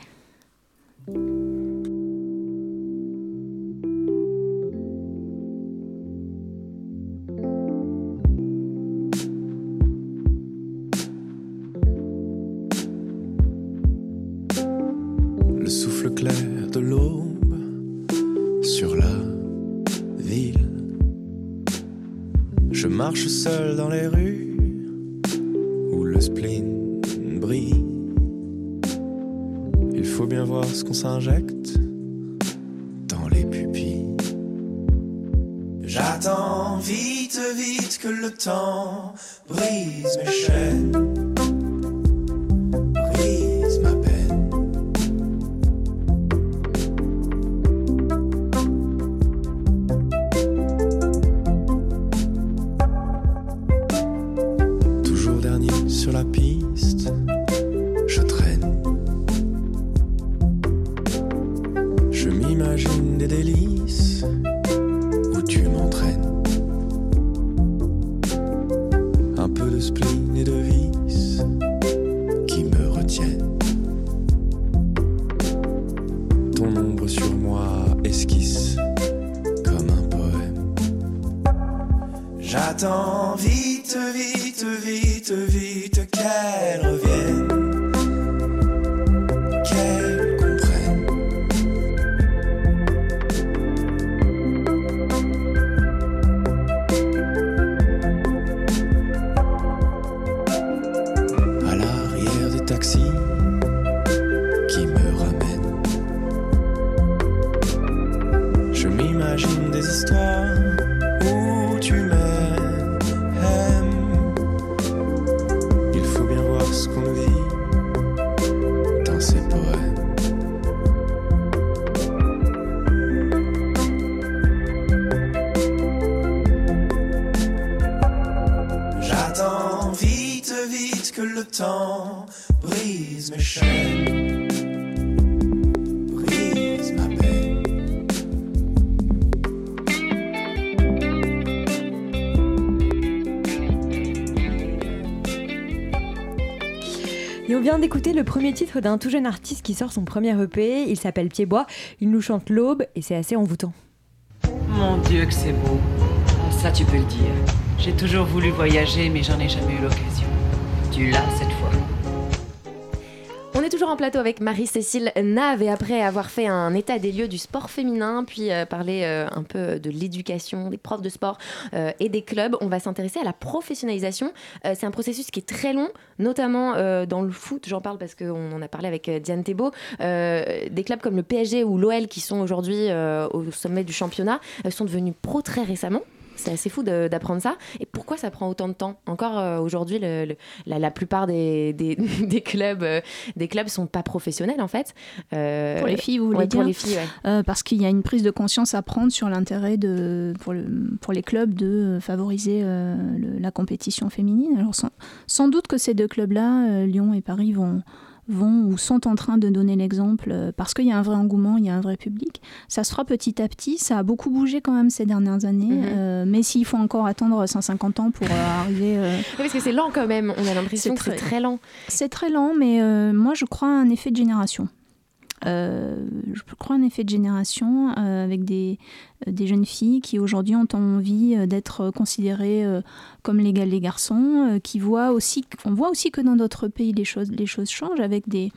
Le souffle clair de l'aube sur la ville. Je marche seul dans les rues où le spleen brille. Il faut bien voir ce qu'on s'injecte dans les pupilles. J'attends vite, vite que le temps brise mes chaînes, brise ma peine. Toujours dernier sur la piste, je traîne. Je m'imagine des délices où tu m'entraînes. Un peu de spleen et de vice qui me retiennent. Ton ombre sur moi esquisse comme un poème. J'attends vite, vite, vite, vite qu'elle revienne taxi qui me ramène. Je m'imagine des histoires où tu m'aimes. Il faut bien voir ce qu'on vit dans ces poèmes. J'attends vite, vite que le temps brise mes chaînes, brise ma peine. Et on vient d'écouter le premier titre d'un tout jeune artiste qui sort son premier EP. Il s'appelle Piedbois. Il nous chante l'aube et c'est assez envoûtant. Mon Dieu que c'est beau. Ça tu peux le dire. J'ai toujours voulu voyager mais j'en ai jamais eu l'occasion. Tu l'as cette fois. On est toujours en plateau avec Marie-Cécile Nave et après avoir fait un état des lieux du sport féminin, puis parler un peu de l'éducation, des profs de sport et des clubs, on va s'intéresser à la professionnalisation. C'est un processus qui est très long, notamment dans le foot, j'en parle parce qu'on en a parlé avec Diane Thébault. Des clubs comme le PSG ou l'OL qui sont aujourd'hui au sommet du championnat sont devenus pro très récemment. C'est assez fou d'apprendre ça. Et pourquoi ça prend autant de temps ? Encore aujourd'hui, la plupart des clubs sont pas professionnels en fait. Pour les filles, vous voulez dire ? Pour les filles, ouais. Parce qu'il y a une prise de conscience à prendre sur l'intérêt pour les clubs de favoriser la compétition féminine. Alors sans doute que ces deux clubs-là, Lyon et Paris, vont ou sont en train de donner l'exemple parce qu'il y a un vrai engouement, il y a un vrai public. Ça se fera petit à petit, ça a beaucoup bougé quand même ces dernières années, mais s'il faut encore attendre 150 ans pour arriver... Oui, parce que c'est lent quand même, on a l'impression que c'est très lent. C'est très lent, mais moi je crois à un effet de génération. Je crois un effet de génération avec des jeunes filles qui aujourd'hui ont envie d'être considérées comme l'égale des garçons, on voit aussi que dans d'autres pays les choses changent avec des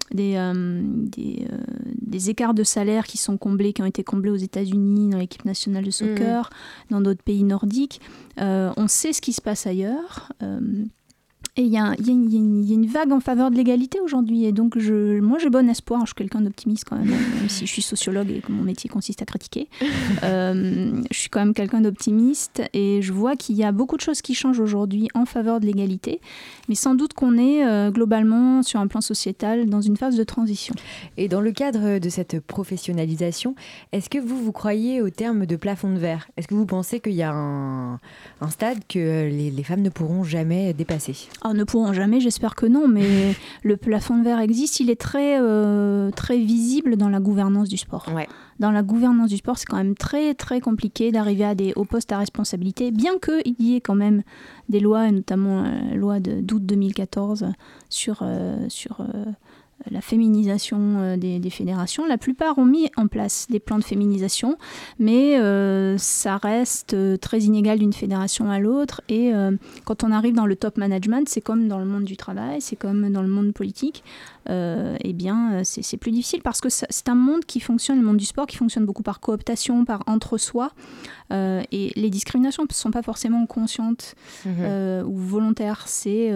écarts de salaire qui ont été comblés aux États-Unis dans l'équipe nationale de soccer, dans d'autres pays nordiques. On sait ce qui se passe ailleurs. Et il y a une vague en faveur de l'égalité aujourd'hui. Et donc, moi, j'ai bon espoir. Je suis quelqu'un d'optimiste quand même si je suis sociologue et que mon métier consiste à critiquer. Je suis quand même quelqu'un d'optimiste. Et je vois qu'il y a beaucoup de choses qui changent aujourd'hui en faveur de l'égalité. Mais sans doute qu'on est globalement, sur un plan sociétal, dans une phase de transition. Et dans le cadre de cette professionnalisation, est-ce que vous croyez au terme de plafond de verre ? Est-ce que vous pensez qu'il y a un stade que les femmes ne pourront jamais dépasser ? Ne pourront jamais, j'espère que non, mais le plafond de verre existe, il est très visible dans la gouvernance du sport. Ouais. Dans la gouvernance du sport, c'est quand même très très compliqué d'arriver à des hauts postes à responsabilité, bien qu'il y ait quand même des lois, et notamment la loi d'août 2014 sur la féminisation des fédérations. La plupart ont mis en place des plans de féminisation, mais ça reste très inégal d'une fédération à l'autre. Et quand on arrive dans le top management, c'est comme dans le monde du travail, c'est comme dans le monde politique, eh bien, c'est plus difficile parce que c'est un monde qui fonctionne, le monde du sport, qui fonctionne beaucoup par cooptation, par entre-soi. Et les discriminations ne sont pas forcément conscientes ou volontaires. C'est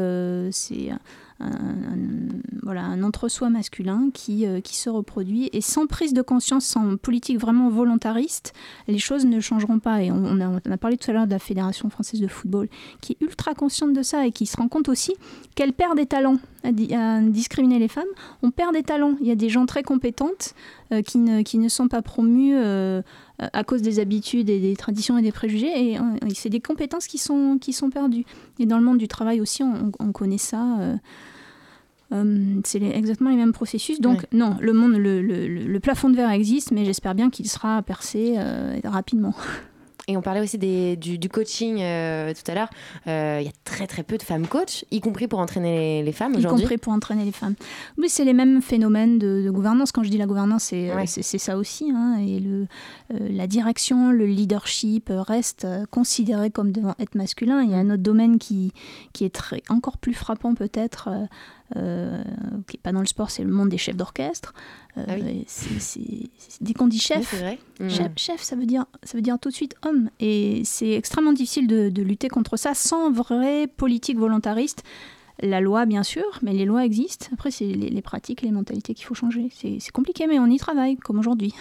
un entre-soi masculin qui se reproduit, et sans prise de conscience, sans politique vraiment volontariste, les choses ne changeront pas. Et on a parlé tout à l'heure de la Fédération française de football qui est ultra consciente de ça et qui se rend compte aussi qu'elle perd des talents à discriminer les femmes. On perd des talents, il y a des gens très compétentes qui ne sont pas promus à cause des habitudes et des traditions et des préjugés, et c'est des compétences qui sont perdues. Et dans le monde du travail aussi, on connaît ça. C'est exactement les mêmes processus. Donc non, le plafond de verre existe, mais j'espère bien qu'il sera percé rapidement. Et on parlait aussi du coaching tout à l'heure. Il y a très très peu de femmes coachs, y compris pour entraîner les femmes aujourd'hui. Y compris pour entraîner les femmes. Oui, c'est les mêmes phénomènes de gouvernance. Quand je dis la gouvernance, c'est ça aussi. Hein. Et la direction, le leadership reste considéré comme devant être masculin. Il y a un autre domaine qui est encore plus frappant peut-être, qui n'est pas dans le sport, c'est le monde des chefs d'orchestre. Dès qu'on dit chef, chef, ça veut dire tout de suite homme. Et c'est extrêmement difficile de lutter contre ça sans vraie politique volontariste. La loi, bien sûr, mais les lois existent. Après, c'est les pratiques et les mentalités qu'il faut changer. C'est compliqué, mais on y travaille, comme aujourd'hui.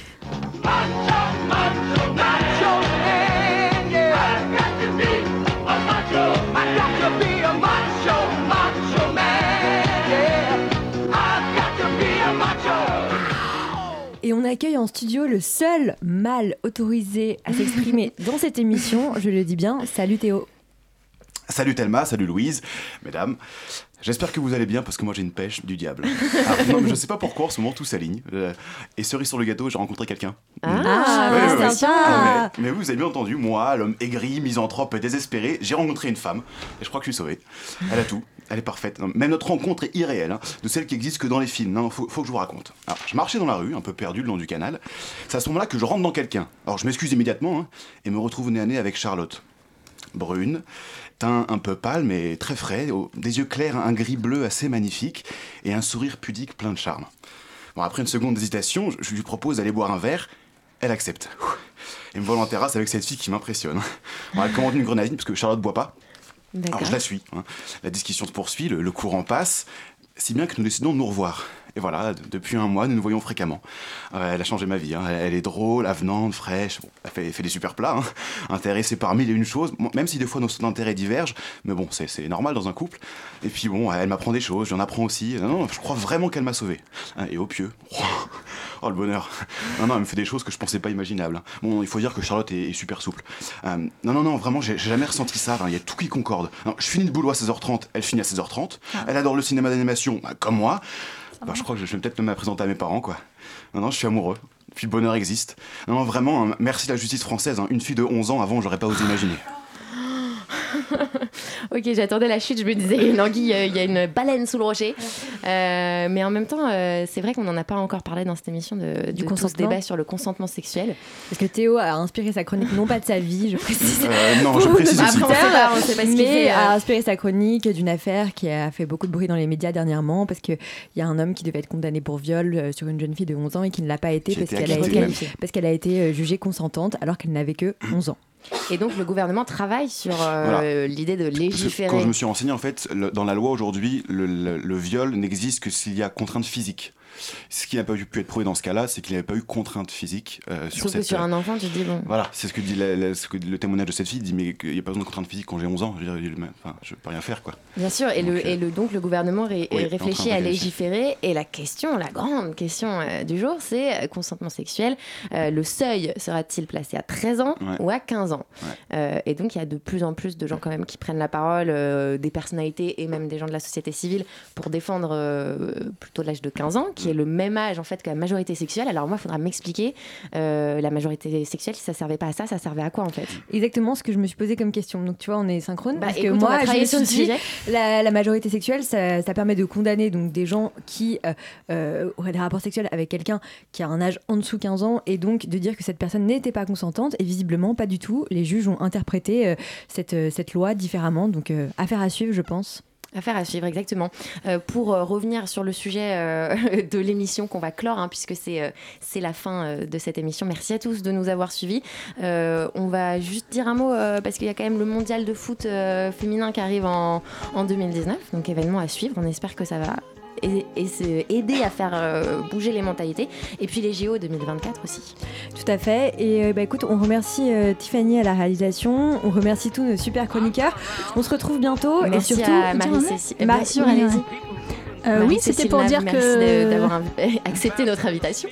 Et on accueille en studio le seul mâle autorisé à s'exprimer dans cette émission, je le dis bien. Salut Théo. Salut Thelma, salut Louise, mesdames. J'espère que vous allez bien parce que moi j'ai une pêche du diable. Alors, non, mais je sais pas pourquoi en ce moment tout s'aligne. Et cerise sur le gâteau, j'ai rencontré quelqu'un. Sympa. Mais vous avez bien entendu, moi, l'homme aigri, misanthrope et désespéré, j'ai rencontré une femme. Et je crois que je suis sauvé. Elle a tout. Elle est parfaite. Même notre rencontre est irréelle, de celle qui existe que dans les films. Non, faut que je vous raconte. Alors, je marchais dans la rue, un peu perdu le long du canal. C'est à ce moment-là que je rentre dans quelqu'un. Alors je m'excuse immédiatement et me retrouve nez à nez avec Charlotte. Brune, teint un peu pâle mais très frais, des yeux clairs, un gris bleu assez magnifique et un sourire pudique plein de charme. Bon, après une seconde d'hésitation, je lui propose d'aller boire un verre. Elle accepte. Et me voilà en terrasse avec cette fille qui m'impressionne. Alors, elle commande une grenadine parce que Charlotte ne boit pas. D'accord. Alors je la suis. La discussion se poursuit, le courant passe, si bien que nous décidons de nous revoir. Et voilà, depuis un mois, nous nous voyons fréquemment. Elle a changé ma vie. Elle est drôle, avenante, fraîche. Bon, elle fait des super plats. Intéressée par mille et une choses. Bon, même si des fois nos intérêts divergent. Mais bon, c'est normal dans un couple. Et puis bon, elle m'apprend des choses, j'en apprends aussi. Non, je crois vraiment qu'elle m'a sauvé. Et au pieu. Oh, le bonheur. Non, elle me fait des choses que je pensais pas imaginables. Bon, il faut dire que Charlotte est super souple. Non, vraiment, j'ai jamais ressenti ça. Il y a tout qui concorde. Non, je finis le boulot à 16h30, elle finit à 16h30. Elle adore le cinéma d'animation, comme moi. Je crois que je vais peut-être même la présenter à mes parents, quoi. Non, je suis amoureux. Puis le bonheur existe. Non, vraiment, merci la justice française. Une fille de 11 ans, avant, j'aurais pas osé imaginer. Ok, j'attendais la chute, je me disais, une anguille, il y a une baleine sous le rocher. Mais en même temps, c'est vrai qu'on n'en a pas encore parlé dans cette émission de tout ce débat sur le consentement sexuel. Parce que Théo a inspiré sa chronique, non pas de sa vie, je précise. Non, je précise aussi. On sait pas ce qu'il fait. A inspiré sa chronique d'une affaire qui a fait beaucoup de bruit dans les médias dernièrement, parce qu'il y a un homme qui devait être condamné pour viol sur une jeune fille de 11 ans et qui ne l'a pas été parce qu'elle a été jugée consentante alors qu'elle n'avait que 11 ans. Et donc le gouvernement travaille sur l'idée de légiférer. Quand je me suis renseigné, en fait, dans la loi aujourd'hui, le viol n'existe que s'il y a contrainte physique. Ce qui n'a pas pu être prouvé dans ce cas-là, c'est qu'il n'y avait pas eu contrainte physique sur Sauf que sur un enfant, tu te dis bon. Voilà, c'est ce que dit le témoignage de cette fille. Il dit mais il n'y a pas besoin de contrainte physique quand j'ai 11 ans. Je ne peux rien faire, quoi. Bien sûr, donc le gouvernement réfléchit à légiférer. Et la grande question du jour, c'est consentement sexuel. Le seuil sera-t-il placé à 13 ans ou à 15 ans Et donc il y a de plus en plus de gens quand même qui prennent la parole, des personnalités et même des gens de la société civile pour défendre plutôt l'âge de 15 ans, qui est le même âge en fait que la majorité sexuelle. Alors moi, il faudra m'expliquer la majorité sexuelle, si ça servait pas à ça servait à quoi en fait? Exactement ce que je me suis posé comme question. Donc tu vois, on est synchrone parce écoute, que moi, je me suis dit, la majorité sexuelle, ça permet de condamner donc des gens qui auraient des rapports sexuels avec quelqu'un qui a un âge en dessous 15 ans et donc de dire que cette personne n'était pas consentante et visiblement pas du tout. Les juges ont interprété cette loi différemment. Donc affaire à suivre, je pense. Affaire à suivre, exactement. Pour revenir sur le sujet de l'émission qu'on va clore, puisque c'est la fin de cette émission. Merci à tous de nous avoir suivis. On va juste dire un mot, parce qu'il y a quand même le mondial de foot féminin qui arrive en 2019, donc événement à suivre. On espère que ça va aider à faire bouger les mentalités. Et puis les JO 2024 aussi. Tout à fait. Et écoute, on remercie Tiffany à la réalisation. On remercie tous nos super chroniqueurs. On se retrouve bientôt. Merci et surtout à Marie-Cécile. Bien sûr, allez-y. Oui, c'était pour dire merci d'avoir accepté notre invitation.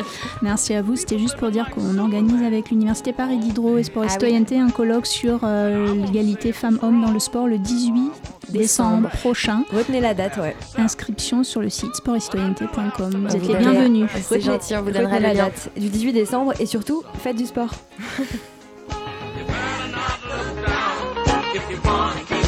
Merci à vous. C'était juste pour dire qu'on organise avec l'Université Paris Diderot et Sport et Citoyenneté un colloque sur l'égalité femmes-hommes dans le sport le 18 décembre prochain. Retenez la date, ouais. Inscription sur le site sportcitoyenneté.com. Vous êtes les bienvenus. C'est gentil, on vous donnera la date du 18 décembre et surtout, faites du sport. If you wanna